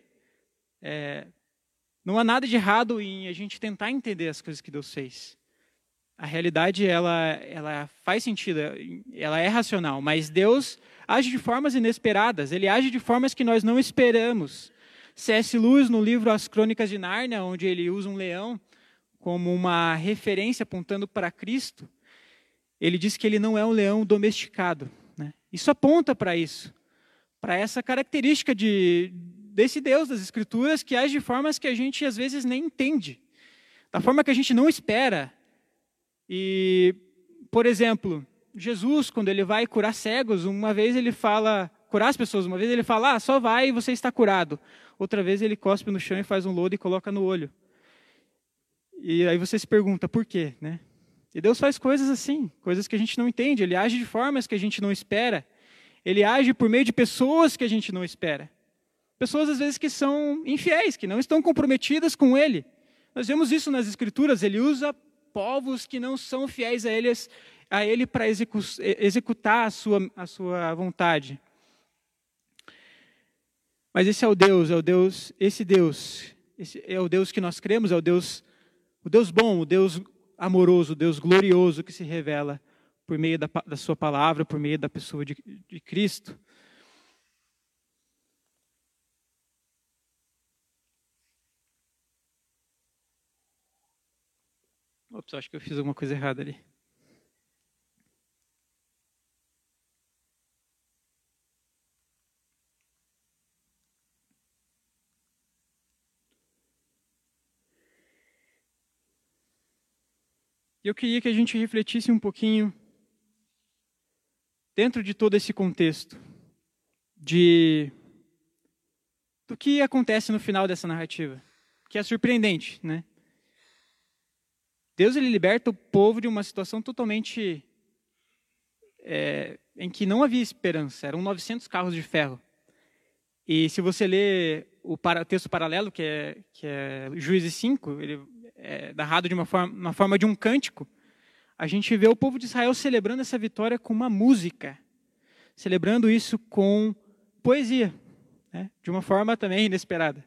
Não há nada de errado em a gente tentar entender as coisas que Deus fez. A realidade, ela faz sentido, ela é racional, mas Deus age de formas inesperadas, Ele age de formas que nós não esperamos. C.S. Lewis, no livro As Crônicas de Nárnia, onde ele usa um leão como uma referência apontando para Cristo, ele diz que ele não é um leão domesticado, né? Isso aponta para isso, para essa característica desse Deus das Escrituras que age de formas que a gente às vezes nem entende, da forma que a gente não espera. E, por exemplo, Jesus, quando ele vai curar cegos, uma vez ele fala, curar as pessoas, uma vez ele fala, só vai e você está curado. Outra vez ele cospe no chão e faz um lodo e coloca no olho. E aí você se pergunta, por quê, né? E Deus faz coisas assim, coisas que a gente não entende. Ele age de formas que a gente não espera. Ele age por meio de pessoas que a gente não espera. Pessoas, às vezes, que são infiéis, que não estão comprometidas com Ele. Nós vemos isso nas Escrituras. Ele usa povos que não são fiéis a Ele para executar a sua vontade. Mas esse é o Deus, esse é o Deus que nós cremos, é o Deus bom, o Deus amoroso, o Deus glorioso que se revela por meio da sua palavra, por meio da pessoa de Cristo. Ops, acho que eu fiz alguma coisa errada ali. Eu queria que a gente refletisse um pouquinho, dentro de todo esse contexto, do que acontece no final dessa narrativa, que é surpreendente, né? Deus, ele liberta o povo de uma situação totalmente em que não havia esperança. Eram 900 carros de ferro. E se você ler o texto paralelo, que é Juízes 5, ele é narrado de uma forma de um cântico, a gente vê o povo de Israel celebrando essa vitória com uma música, celebrando isso com poesia, né? De uma forma também inesperada.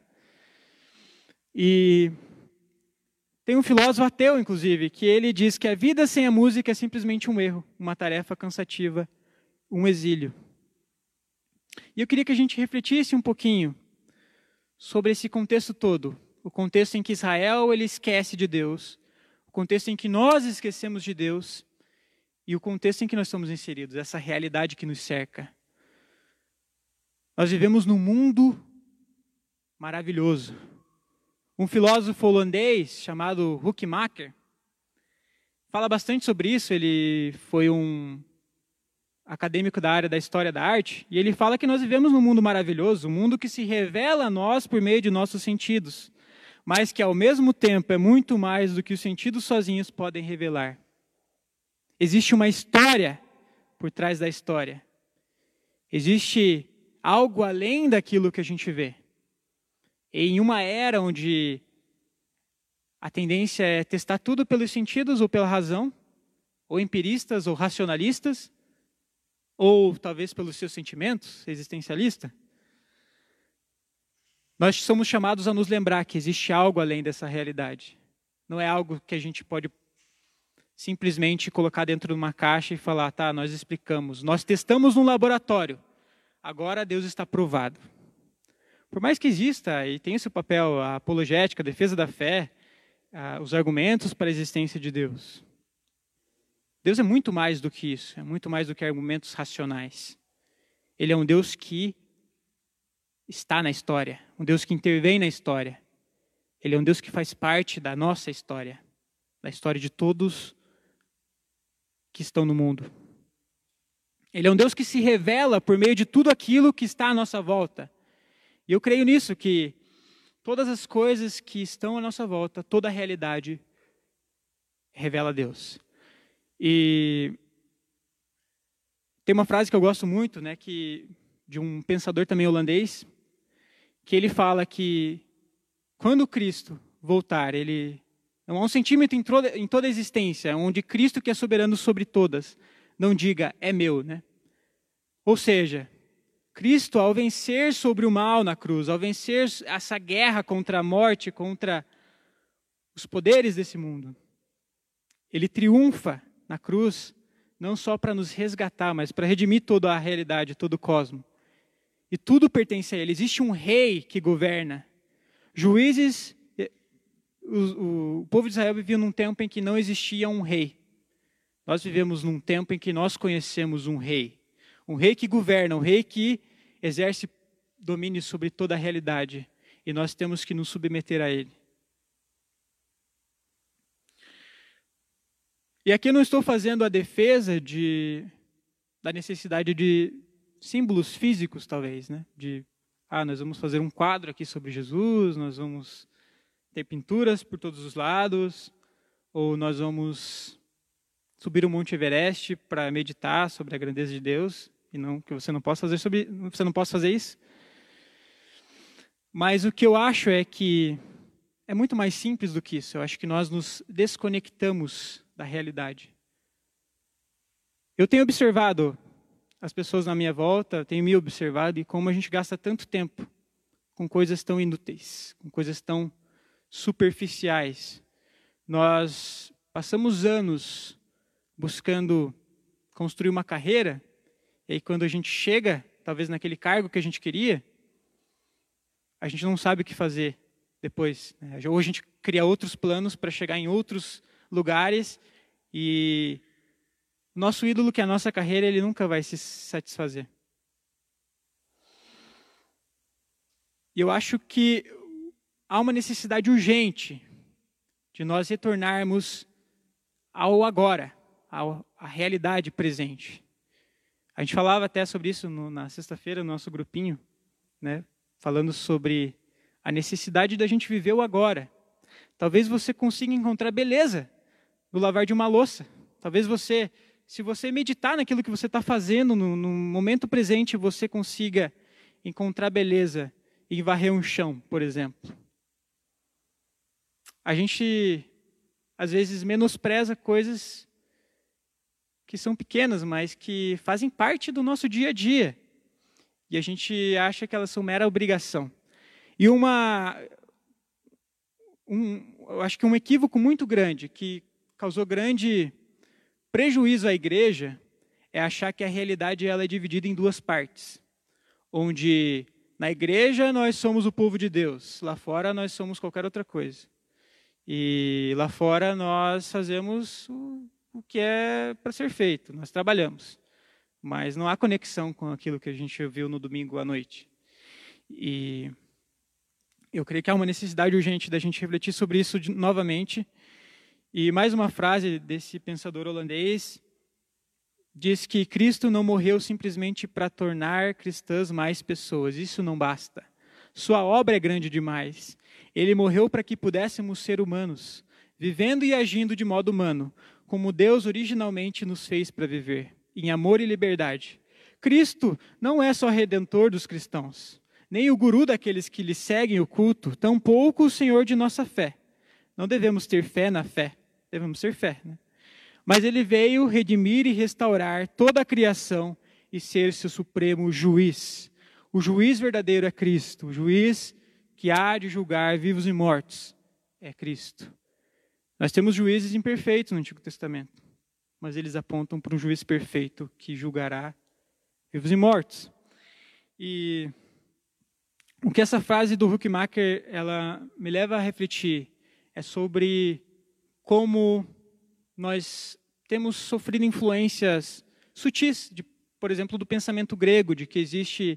E tem um filósofo ateu, inclusive, que ele diz que a vida sem a música é simplesmente um erro, uma tarefa cansativa, um exílio. E eu queria que a gente refletisse um pouquinho sobre esse contexto todo, o contexto em que Israel ele esquece de Deus, o contexto em que nós esquecemos de Deus e o contexto em que nós estamos inseridos, essa realidade que nos cerca. Nós vivemos num mundo maravilhoso. Um filósofo holandês chamado Hoekemaker fala bastante sobre isso. Ele foi um acadêmico da área da história da arte, e ele fala que nós vivemos num mundo maravilhoso, um mundo que se revela a nós por meio de nossos sentidos, mas que ao mesmo tempo é muito mais do que os sentidos sozinhos podem revelar. Existe uma história por trás da história. Existe algo além daquilo que a gente vê. Em uma era onde a tendência é testar tudo pelos sentidos ou pela razão, ou empiristas ou racionalistas, ou talvez pelos seus sentimentos, existencialista, nós somos chamados a nos lembrar que existe algo além dessa realidade. Não é algo que a gente pode simplesmente colocar dentro de uma caixa e falar, tá, nós explicamos, nós testamos no laboratório, agora Deus está provado. Por mais que exista e tenha seu papel a apologética, a defesa da fé, os argumentos para a existência de Deus. Deus é muito mais do que isso, é muito mais do que argumentos racionais. Ele é um Deus que está na história, um Deus que intervém na história. Ele é um Deus que faz parte da nossa história, da história de todos que estão no mundo. Ele é um Deus que se revela por meio de tudo aquilo que está à nossa volta. E eu creio nisso, que todas as coisas que estão à nossa volta, toda a realidade, revela Deus. E tem uma frase que eu gosto muito, né, de um pensador também holandês, que ele fala que quando Cristo voltar, não há um sentimento em toda a existência, onde Cristo, que é soberano sobre todas, não diga, é meu, né? Ou seja, Cristo, ao vencer sobre o mal na cruz, ao vencer essa guerra contra a morte, contra os poderes desse mundo, ele triunfa na cruz, não só para nos resgatar, mas para redimir toda a realidade, todo o cosmos. E tudo pertence a ele. Existe um rei que governa. Juízes, o povo de Israel vivia num tempo em que não existia um rei. Nós vivemos num tempo em que nós conhecemos um rei. Um rei que governa, um rei que exerce domínio sobre toda a realidade. E nós temos que nos submeter a ele. E aqui eu não estou fazendo a defesa da necessidade de símbolos físicos, talvez, né? Nós vamos fazer um quadro aqui sobre Jesus, nós vamos ter pinturas por todos os lados, ou nós vamos subir o Monte Everest para meditar sobre a grandeza de Deus, e não que você não possa fazer isso. Mas o que eu acho é que é muito mais simples do que isso. Eu acho que nós nos desconectamos da realidade. Eu tenho observado as pessoas na minha volta, tenho me observado e como a gente gasta tanto tempo com coisas tão inúteis, com coisas tão superficiais. Nós passamos anos buscando construir uma carreira, e aí quando a gente chega, talvez naquele cargo que a gente queria, a gente não sabe o que fazer depois. Ou a gente cria outros planos para chegar em outros lugares e nosso ídolo, que é a nossa carreira, ele nunca vai se satisfazer. E eu acho que há uma necessidade urgente de nós retornarmos ao agora, à realidade presente. A gente falava até sobre isso na sexta-feira, no nosso grupinho, né? Falando sobre a necessidade da gente viver o agora. Talvez você consiga encontrar beleza no lavar de uma louça. Talvez se você meditar naquilo que você está fazendo no momento presente, você consiga encontrar beleza em varrer um chão, por exemplo. A gente, às vezes, menospreza coisas que são pequenas, mas que fazem parte do nosso dia a dia. E a gente acha que elas são mera obrigação. E eu acho que um equívoco muito grande, que causou grande prejuízo à igreja, é achar que a realidade ela é dividida em duas partes. Onde na igreja nós somos o povo de Deus, lá fora nós somos qualquer outra coisa. E lá fora nós fazemos o que é para ser feito, nós trabalhamos. Mas não há conexão com aquilo que a gente viu no domingo à noite. E eu creio que há uma necessidade urgente da gente refletir sobre isso novamente. E mais uma frase desse pensador holandês diz que Cristo não morreu simplesmente para tornar cristãs mais pessoas. Isso não basta. Sua obra é grande demais. Ele morreu para que pudéssemos ser humanos, vivendo e agindo de modo humano, como Deus originalmente nos fez para viver, em amor e liberdade. Cristo não é só redentor dos cristãos, nem o guru daqueles que lhe seguem o culto, tampouco o Senhor de nossa fé. Não devemos ter fé na fé, devemos ter fé, né? Mas ele veio redimir e restaurar toda a criação e ser seu supremo juiz. O juiz verdadeiro é Cristo, o juiz que há de julgar vivos e mortos é Cristo. Nós temos juízes imperfeitos no Antigo Testamento, mas eles apontam para um juiz perfeito que julgará vivos e mortos. E o que essa frase do Huckmacher ela me leva a refletir é sobre como nós temos sofrido influências sutis, por exemplo, do pensamento grego, de que existe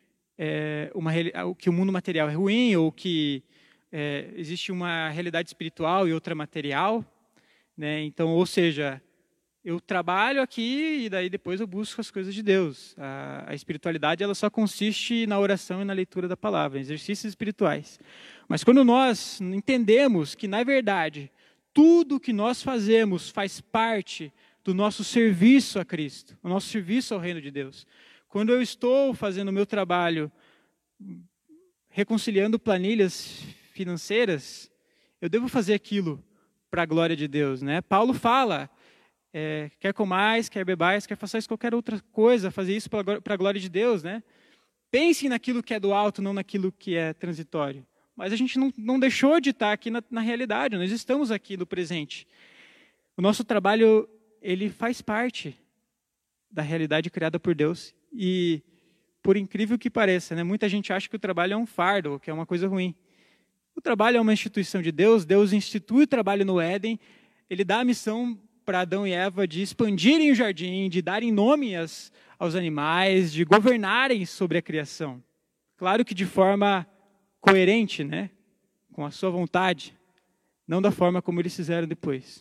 que o mundo material é ruim, ou que existe uma realidade espiritual e outra material, né? Então, ou seja, eu trabalho aqui e daí depois eu busco as coisas de Deus. A espiritualidade ela só consiste na oração e na leitura da palavra, exercícios espirituais. Mas quando nós entendemos que, na verdade, tudo que nós fazemos faz parte do nosso serviço a Cristo, o nosso serviço ao reino de Deus. Quando eu estou fazendo o meu trabalho, reconciliando planilhas financeiras, eu devo fazer aquilo para a glória de Deus, né? Paulo fala, quer comais, quer bebais, quer façais qualquer outra coisa, fazer isso para a glória de Deus, né? Pensem naquilo que é do alto, não naquilo que é transitório. Mas a gente não deixou de estar aqui na realidade, nós estamos aqui no presente. O nosso trabalho, ele faz parte da realidade criada por Deus. E, por incrível que pareça, né, muita gente acha que o trabalho é um fardo, que é uma coisa ruim. O trabalho é uma instituição de Deus, Deus institui o trabalho no Éden, ele dá a missão para Adão e Eva de expandirem o jardim, de darem nome aos animais, de governarem sobre a criação. Claro que de forma coerente, né, com a sua vontade, não da forma como eles fizeram depois.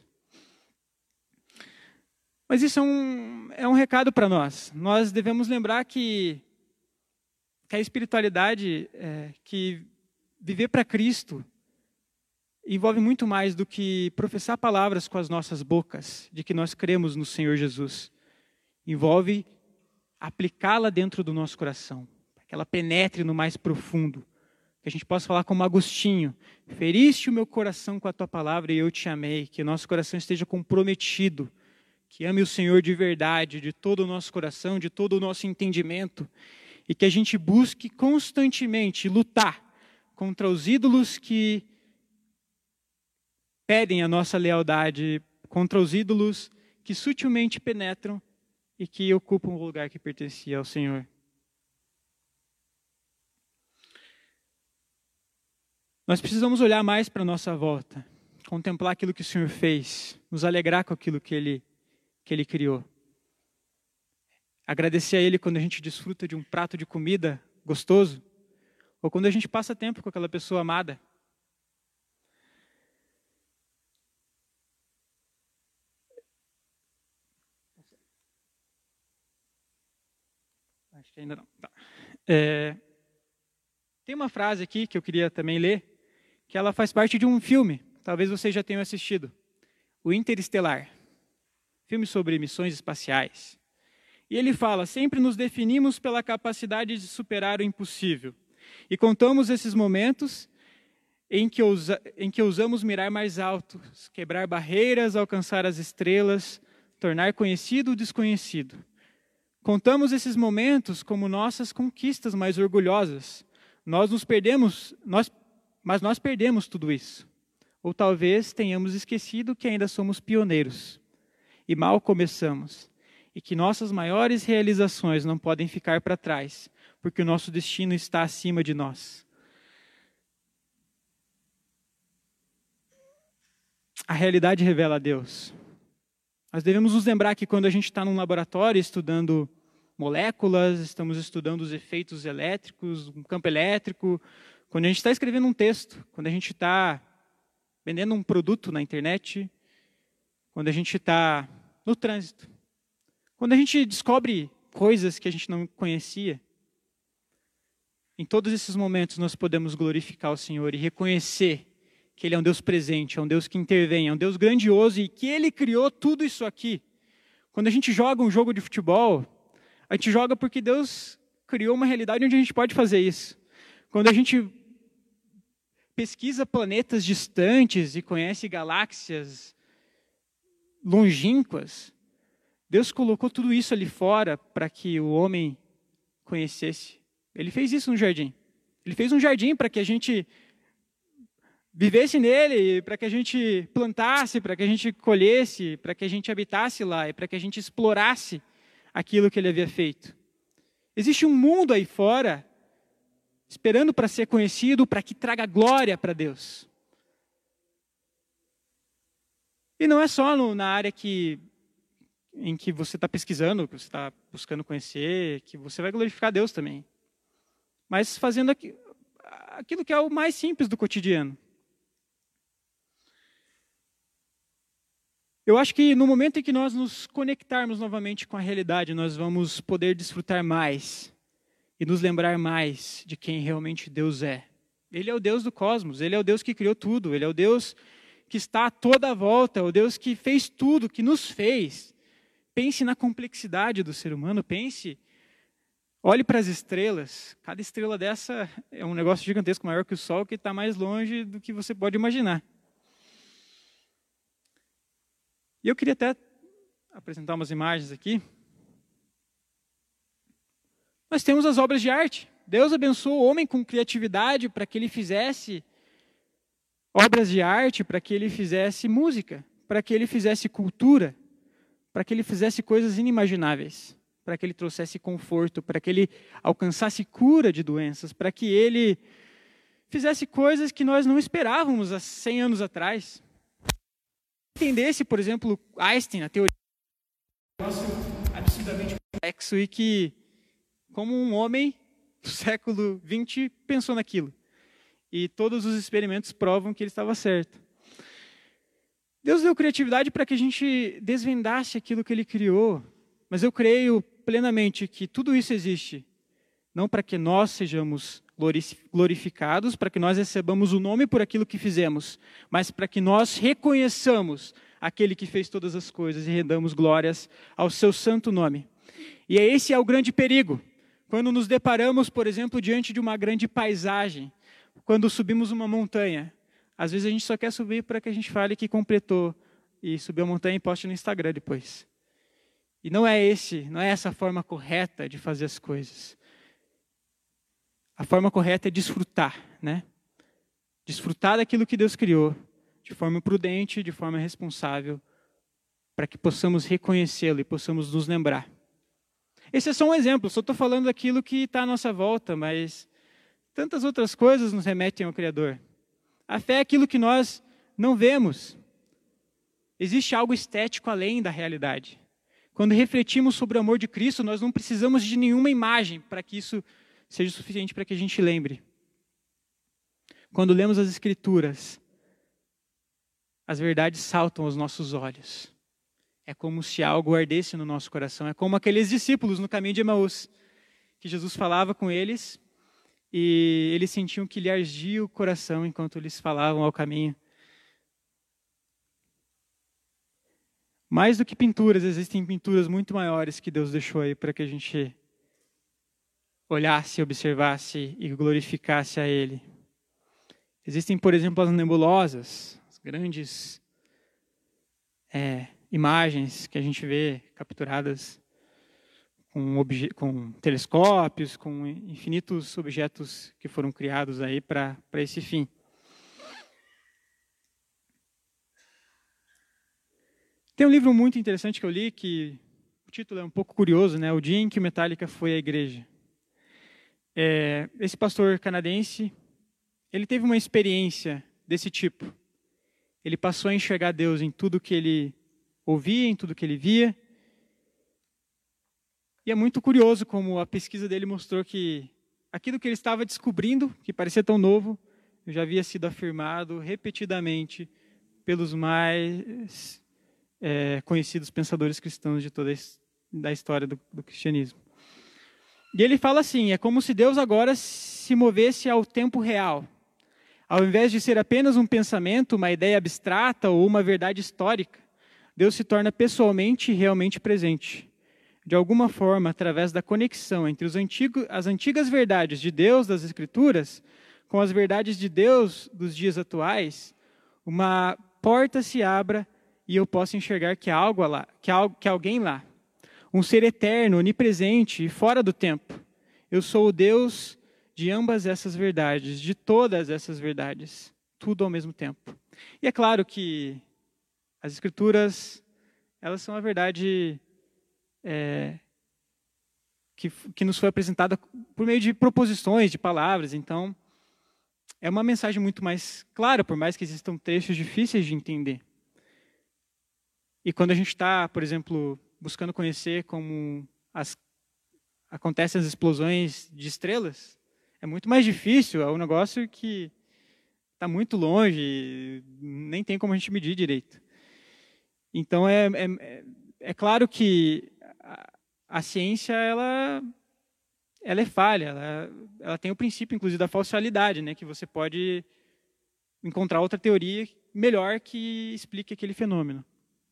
Mas isso é um recado para nós. Nós devemos lembrar que a espiritualidade, que viver para Cristo, envolve muito mais do que professar palavras com as nossas bocas, de que nós cremos no Senhor Jesus. Envolve aplicá-la dentro do nosso coração, para que ela penetre no mais profundo. Que a gente possa falar como Agostinho, feriste o meu coração com a tua palavra e eu te amei. Que o nosso coração esteja comprometido, que ame o Senhor de verdade, de todo o nosso coração, de todo o nosso entendimento, e que a gente busque constantemente lutar contra os ídolos que pedem a nossa lealdade, contra os ídolos que sutilmente penetram e que ocupam o lugar que pertencia ao Senhor. Nós precisamos olhar mais para a nossa volta, contemplar aquilo que o Senhor fez, nos alegrar com aquilo que Ele criou. Agradecer a Ele quando a gente desfruta de um prato de comida gostoso, ou quando a gente passa tempo com aquela pessoa amada. Acho que ainda não. Tá. Tem uma frase aqui que eu queria também ler, que ela faz parte de um filme, talvez vocês já tenham assistido, o Interestelar, filme sobre missões espaciais. E ele fala, sempre nos definimos pela capacidade de superar o impossível. E contamos esses momentos em que ousamos mirar mais alto, quebrar barreiras, alcançar as estrelas, tornar conhecido o desconhecido. Contamos esses momentos como nossas conquistas mais orgulhosas. Mas nós perdemos tudo isso. Ou talvez tenhamos esquecido que ainda somos pioneiros. E mal começamos. E que nossas maiores realizações não podem ficar para trás, porque o nosso destino está acima de nós. A realidade revela a Deus. Nós devemos nos lembrar que quando a gente está num laboratório estudando moléculas, estamos estudando os efeitos elétricos, um campo elétrico, quando a gente está escrevendo um texto, quando a gente está vendendo um produto na internet, quando a gente está no trânsito, quando a gente descobre coisas que a gente não conhecia, em todos esses momentos nós podemos glorificar o Senhor e reconhecer que Ele é um Deus presente, é um Deus que intervém, é um Deus grandioso e que Ele criou tudo isso aqui. Quando a gente joga um jogo de futebol, a gente joga porque Deus criou uma realidade onde a gente pode fazer isso. Quando a gente pesquisa planetas distantes e conhece galáxias longínquas, Deus colocou tudo isso ali fora para que o homem conhecesse. Ele fez isso no jardim. Ele fez um jardim para que a gente vivesse nele, para que a gente plantasse, para que a gente colhesse, para que a gente habitasse lá e para que a gente explorasse aquilo que ele havia feito. Existe um mundo aí fora esperando para ser conhecido, para que traga glória para Deus. E não é só na área em que você está pesquisando, que você está buscando conhecer, que você vai glorificar Deus também. Mas fazendo aquilo que é o mais simples do cotidiano. Eu acho que no momento em que nós nos conectarmos novamente com a realidade, nós vamos poder desfrutar mais e nos lembrar mais de quem realmente Deus é. Ele é o Deus do cosmos, Ele é o Deus que criou tudo, Ele é o Deus que está a toda a volta, o Deus que fez tudo, que nos fez. Pense na complexidade do ser humano, olhe para as estrelas, cada estrela dessa é um negócio gigantesco, maior que o Sol, que está mais longe do que você pode imaginar. E eu queria até apresentar umas imagens aqui. Nós temos as obras de arte. Deus abençoou o homem com criatividade para que ele fizesse obras de arte, para que ele fizesse música, para que ele fizesse cultura, para que ele fizesse coisas inimagináveis, para que ele trouxesse conforto, para que ele alcançasse cura de doenças, para que ele fizesse coisas que nós não esperávamos há 100 anos atrás. Entendesse, por exemplo, Einstein, a teoria é um negócio absurdamente complexo e que, como um homem do século XX, pensou naquilo. E todos os experimentos provam que ele estava certo. Deus deu criatividade para que a gente desvendasse aquilo que Ele criou. Mas eu creio plenamente que tudo isso existe, não para que nós sejamos glorificados, para que nós recebamos o nome por aquilo que fizemos, mas para que nós reconheçamos aquele que fez todas as coisas e rendamos glórias ao seu santo nome. E esse é o grande perigo. Quando nos deparamos, por exemplo, diante de uma grande paisagem, quando subimos uma montanha, às vezes a gente só quer subir para que a gente fale que completou e subiu a montanha e poste no Instagram depois. E não é essa a forma correta de fazer as coisas. A forma correta é desfrutar, né? Desfrutar daquilo que Deus criou, de forma prudente, de forma responsável, para que possamos reconhecê-lo e possamos nos lembrar. Esse é só um exemplo, só estou falando daquilo que está à nossa volta, mas tantas outras coisas nos remetem ao Criador. A fé é aquilo que nós não vemos. Existe algo estético além da realidade. Quando refletimos sobre o amor de Cristo, nós não precisamos de nenhuma imagem para que isso seja suficiente para que a gente lembre. Quando lemos as Escrituras, as verdades saltam aos nossos olhos. É como se algo ardesse no nosso coração. É como aqueles discípulos no caminho de Emaús, que Jesus falava com eles e eles sentiam que lhe ardia o coração enquanto eles falavam ao caminho. Mais do que pinturas, existem pinturas muito maiores que Deus deixou aí para que a gente olhasse, observasse e glorificasse a Ele. Existem, por exemplo, as nebulosas, as grandes imagens que a gente vê capturadas com telescópios, com infinitos objetos que foram criados aí para esse fim. Tem um livro muito interessante que eu li, que o título é um pouco curioso, né? O Dia em que o Metallica foi à Igreja. Esse pastor canadense, ele teve uma experiência desse tipo. Ele passou a enxergar Deus em tudo que ele ouvia, em tudo que ele via. E é muito curioso como a pesquisa dele mostrou que aquilo que ele estava descobrindo, que parecia tão novo, já havia sido afirmado repetidamente pelos mais conhecidos pensadores cristãos de toda da história do cristianismo. E ele fala assim, é como se Deus agora se movesse ao tempo real. Ao invés de ser apenas um pensamento, uma ideia abstrata ou uma verdade histórica, Deus se torna pessoalmente e realmente presente. De alguma forma, através da conexão entre as antigas verdades de Deus das Escrituras com as verdades de Deus dos dias atuais, uma porta se abra e eu posso enxergar que há algo lá, que há alguém lá. Um ser eterno, onipresente e fora do tempo. Eu sou o Deus de ambas essas verdades, de todas essas verdades, tudo ao mesmo tempo. E é claro que as Escrituras, elas são a verdade que nos foi apresentada por meio de proposições, de palavras. Então, é uma mensagem muito mais clara, por mais que existam trechos difíceis de entender. E quando a gente está, por exemplo, buscando conhecer como acontecem as explosões de estrelas, é muito mais difícil, é um negócio que está muito longe, nem tem como a gente medir direito. Então, é claro que a ciência, ela é falha, ela tem o princípio, inclusive, da falsidade, né, que você pode encontrar outra teoria melhor que explique aquele fenômeno.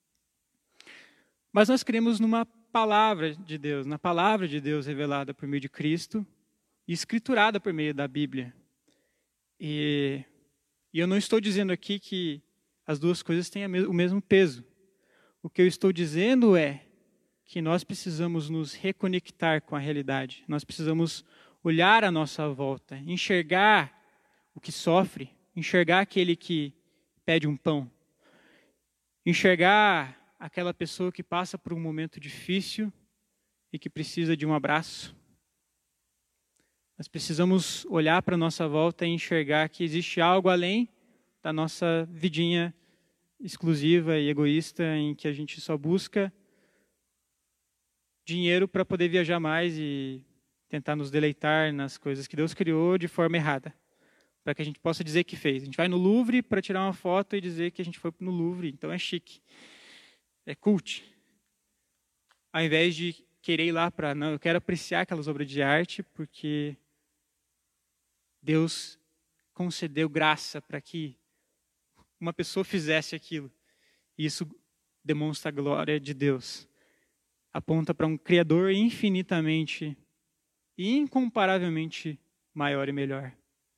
Mas nós cremos numa palavra de Deus, na palavra de Deus revelada por meio de Cristo e escriturada por meio da Bíblia. E eu não estou dizendo aqui que as duas coisas têm o mesmo peso. O que eu estou dizendo é que nós precisamos nos reconectar com a realidade. Nós precisamos olhar à nossa volta, enxergar o que sofre, enxergar aquele que pede um pão, enxergar aquela pessoa que passa por um momento difícil e que precisa de um abraço. Nós precisamos olhar para a nossa volta e enxergar que existe algo além da nossa vidinha exclusiva e egoísta, em que a gente só busca dinheiro para poder viajar mais e tentar nos deleitar nas coisas que Deus criou de forma errada, para que a gente possa dizer que fez. A gente vai no Louvre para tirar uma foto e dizer que a gente foi no Louvre, então é chique, é cult. Ao invés de querer ir lá para, não, eu quero apreciar aquelas obras de arte porque Deus concedeu graça para que uma pessoa fizesse aquilo. E isso demonstra a glória de Deus. Aponta para um Criador infinitamente e incomparavelmente maior e melhor.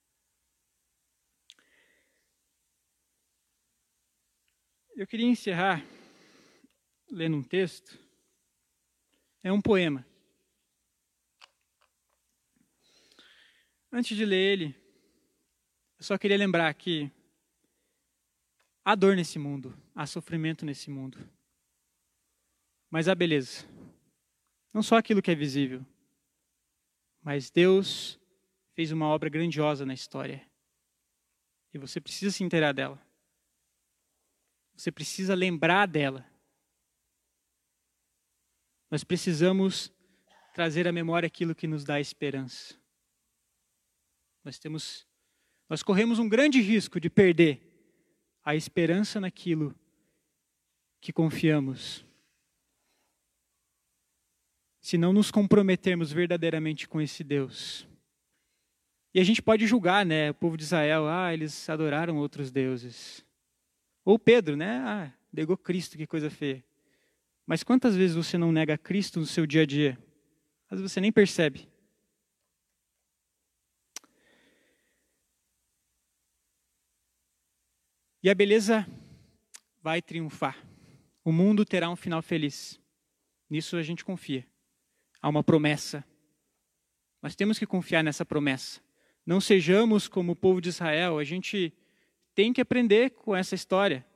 Eu queria encerrar lendo um texto. É um poema. Antes de ler ele, eu só queria lembrar que há dor nesse mundo, há sofrimento nesse mundo. Mas há beleza. Não só aquilo que é visível, mas Deus fez uma obra grandiosa na história. E você precisa se inteirar dela. Você precisa lembrar dela. Nós precisamos trazer à memória aquilo que nos dá esperança. Nós corremos um grande risco de perder a esperança naquilo que confiamos, se não nos comprometermos verdadeiramente com esse Deus. E a gente pode julgar, né, o povo de Israel, eles adoraram outros deuses. Ou Pedro, né, negou Cristo, que coisa feia. Mas quantas vezes você não nega Cristo no seu dia a dia? Às vezes você nem percebe. E a beleza vai triunfar. O mundo terá um final feliz. Nisso a gente confia. Há uma promessa. Nós temos que confiar nessa promessa. Não sejamos como o povo de Israel. A gente tem que aprender com essa história.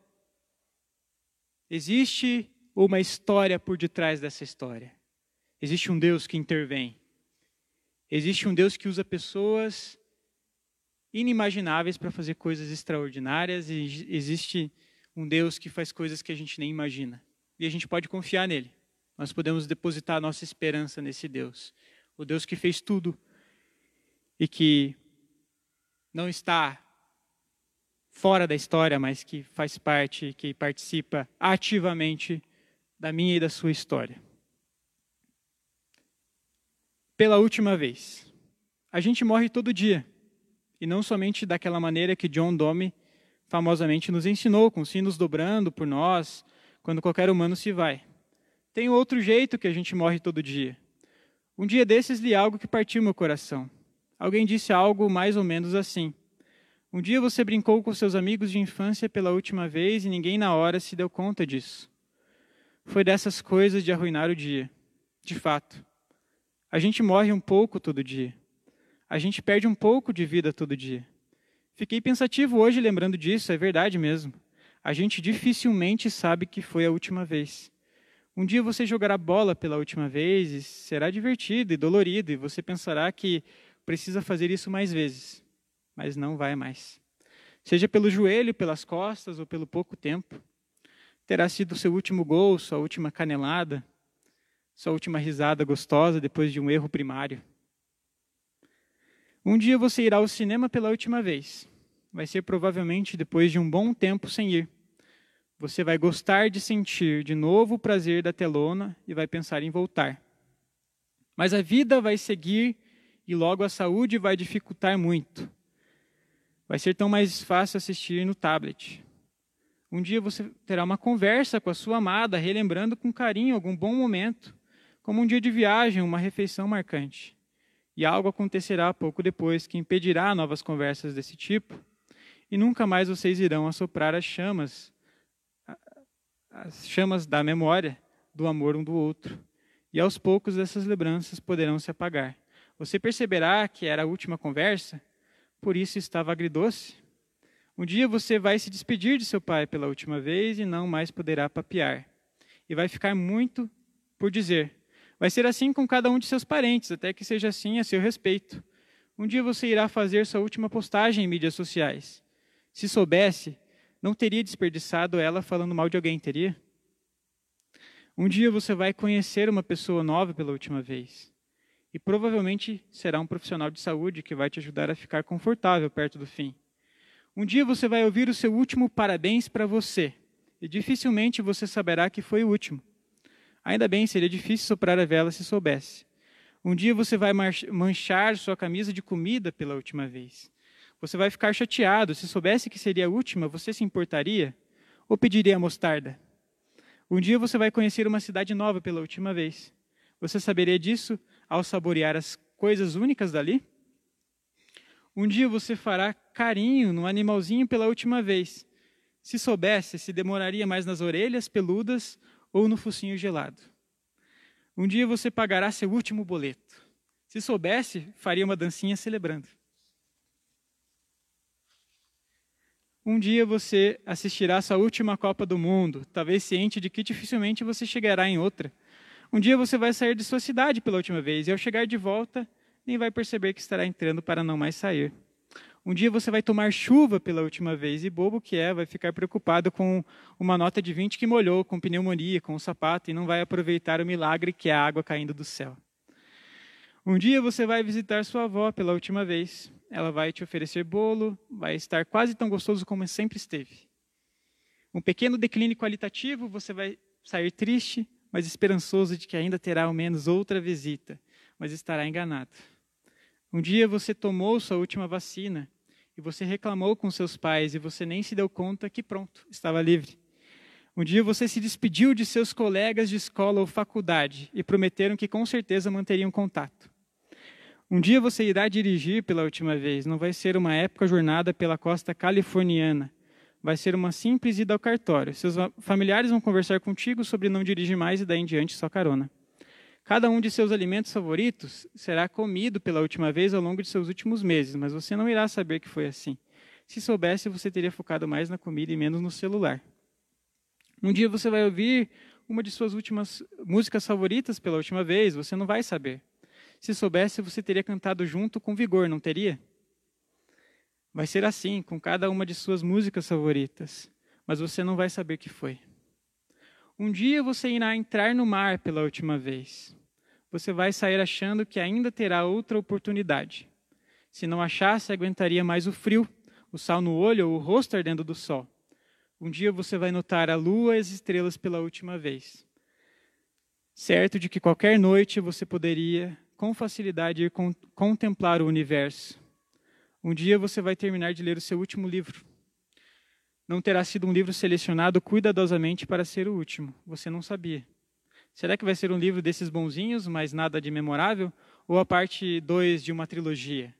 Existe uma história por detrás dessa história. Existe um Deus que intervém. Existe um Deus que usa pessoas inimagináveis para fazer coisas extraordinárias, e existe um Deus que faz coisas que a gente nem imagina. E a gente pode confiar nele. Nós podemos depositar a nossa esperança nesse Deus. O Deus que fez tudo e que não está fora da história, mas que faz parte, que participa ativamente da minha e da sua história. Pela última vez, A gente morre todo dia, e não somente daquela maneira que John Donne famosamente nos ensinou, com os sinos dobrando por nós, quando qualquer humano se vai. Tem outro jeito que a gente morre todo dia. Um dia desses li algo que partiu meu coração. Alguém disse algo mais ou menos assim: um dia você brincou com seus amigos de infância pela última vez e ninguém na hora se deu conta disso. Foi dessas coisas de arruinar o dia. De fato, a gente morre um pouco todo dia. A gente perde um pouco de vida todo dia. Fiquei pensativo hoje lembrando disso, é verdade mesmo. A gente dificilmente sabe que foi a última vez. Um dia você jogará bola pela última vez e será divertido e dolorido, e você pensará que precisa fazer isso mais vezes, mas não vai mais. Seja pelo joelho, pelas costas ou pelo pouco tempo. Terá sido seu último gol, sua última canelada, sua última risada gostosa depois de um erro primário. Um dia você irá ao cinema pela última vez. Vai ser provavelmente depois de um bom tempo sem ir. Você vai gostar de sentir de novo o prazer da telona e vai pensar em voltar. Mas a vida vai seguir e logo a saúde vai dificultar muito. Vai ser tão mais fácil assistir no tablet. Um dia você terá uma conversa com a sua amada, relembrando com carinho algum bom momento, como um dia de viagem, uma refeição marcante. E algo acontecerá pouco depois que impedirá novas conversas desse tipo, e nunca mais vocês irão assoprar as chamas da memória, do amor um do outro. E aos poucos essas lembranças poderão se apagar. Você perceberá que era a última conversa, por isso estava agridoce. Um dia você vai se despedir de seu pai pela última vez e não mais poderá papear. E vai ficar muito por dizer. Vai ser assim com cada um de seus parentes, até que seja assim a seu respeito. Um dia você irá fazer sua última postagem em mídias sociais. Se soubesse, não teria desperdiçado ela falando mal de alguém, teria? Um dia você vai conhecer uma pessoa nova pela última vez. E provavelmente será um profissional de saúde que vai te ajudar a ficar confortável perto do fim. Um dia você vai ouvir o seu último parabéns para você. E dificilmente você saberá que foi o último. Ainda bem, seria difícil soprar a vela se soubesse. Um dia você vai manchar sua camisa de comida pela última vez. Você vai ficar chateado. Se soubesse que seria a última, você se importaria? Ou pediria mostarda? Um dia você vai conhecer uma cidade nova pela última vez. Você saberia disso ao saborear as coisas únicas dali? Um dia você fará carinho num animalzinho pela última vez. Se soubesse, se demoraria mais nas orelhas peludas ou no focinho gelado. Um dia você pagará seu último boleto. Se soubesse, faria uma dancinha celebrando. Um dia você assistirá sua última Copa do Mundo, talvez ciente de que dificilmente você chegará em outra. Um dia você vai sair de sua cidade pela última vez, e ao chegar de volta, nem vai perceber que estará entrando para não mais sair. Um dia você vai tomar chuva pela última vez, e bobo que é, vai ficar preocupado com uma nota de 20 que molhou, com pneumonia, com o sapato, e não vai aproveitar o milagre que é a água caindo do céu. Um dia você vai visitar sua avó pela última vez. Ela vai te oferecer bolo, vai estar quase tão gostoso como sempre esteve. Um pequeno declínio qualitativo, você vai sair triste, mas esperançoso de que ainda terá ao menos outra visita, mas estará enganado. Um dia você tomou sua última vacina e você reclamou com seus pais e você nem se deu conta que pronto, estava livre. Um dia você se despediu de seus colegas de escola ou faculdade e prometeram que com certeza manteriam contato. Um dia você irá dirigir pela última vez, não vai ser uma épica jornada pela costa californiana, vai ser uma simples ida ao cartório. Seus familiares vão conversar contigo sobre não dirigir mais e daí em diante só carona. Cada um de seus alimentos favoritos será comido pela última vez ao longo de seus últimos meses, mas você não irá saber que foi assim. Se soubesse, você teria focado mais na comida e menos no celular. Um dia você vai ouvir uma de suas últimas músicas favoritas pela última vez, você não vai saber. Se soubesse, você teria cantado junto com vigor, não teria? Vai ser assim com cada uma de suas músicas favoritas, mas você não vai saber que foi. Um dia você irá entrar no mar pela última vez. Você vai sair achando que ainda terá outra oportunidade. Se não achasse, aguentaria mais o frio, o sal no olho ou o rosto ardendo do sol. Um dia você vai notar a lua e as estrelas pela última vez. Certo de que qualquer noite você poderia com facilidade ir contemplar o universo. Um dia você vai terminar de ler o seu último livro. Não terá sido um livro selecionado cuidadosamente para ser o último. Você não sabia. Será que vai ser um livro desses bonzinhos, mas nada de memorável? Ou a parte 2 de uma trilogia?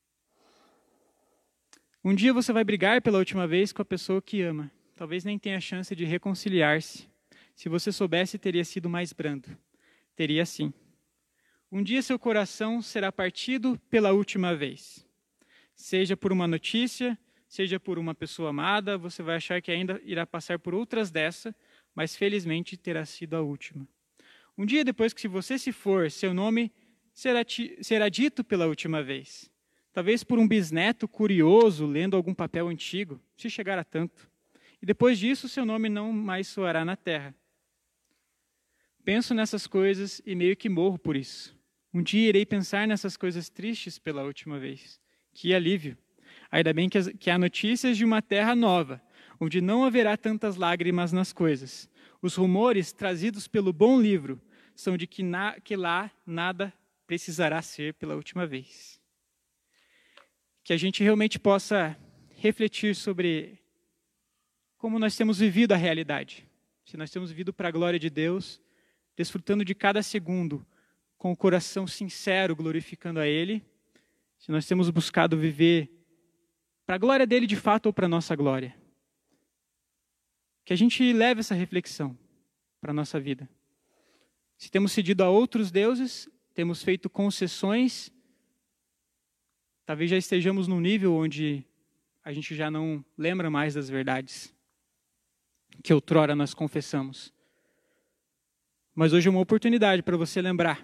Um dia você vai brigar pela última vez com a pessoa que ama. Talvez nem tenha chance de reconciliar-se. Se você soubesse, teria sido mais brando. Teria sim. Um dia seu coração será partido pela última vez. Seja por uma notícia, seja por uma pessoa amada, você vai achar que ainda irá passar por outras dessa, mas felizmente terá sido a última. Um dia depois que se você se for, seu nome será dito pela última vez. Talvez por um bisneto curioso lendo algum papel antigo, se chegar a tanto. E depois disso, seu nome não mais soará na terra. Penso nessas coisas e meio que morro por isso. Um dia irei pensar nessas coisas tristes pela última vez. Que alívio! Ainda bem que há notícias de uma terra nova, onde não haverá tantas lágrimas nas coisas. Os rumores trazidos pelo bom livro são de que lá nada precisará ser pela última vez. Que a gente realmente possa refletir sobre como nós temos vivido a realidade. Se nós temos vivido para a glória de Deus, desfrutando de cada segundo, com o coração sincero, glorificando a Ele. Se nós temos buscado viver para a glória dEle de fato ou para a nossa glória. Que a gente leve essa reflexão para a nossa vida. Se temos cedido a outros deuses, temos feito concessões, talvez já estejamos num nível onde a gente já não lembra mais das verdades que outrora nós confessamos. Mas hoje é uma oportunidade para você lembrar.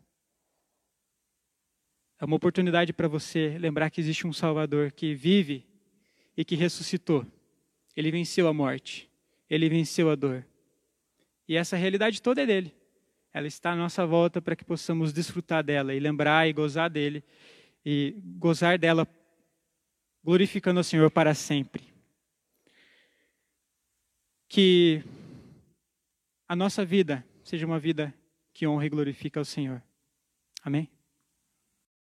É uma oportunidade para você lembrar que existe um Salvador que vive e que ressuscitou. Ele venceu a morte. Ele venceu a dor. E essa realidade toda é dele. Ela está à nossa volta para que possamos desfrutar dela e lembrar e gozar dele e gozar dela glorificando ao Senhor para sempre. Que a nossa vida seja uma vida que honra e glorifica ao Senhor. Amém?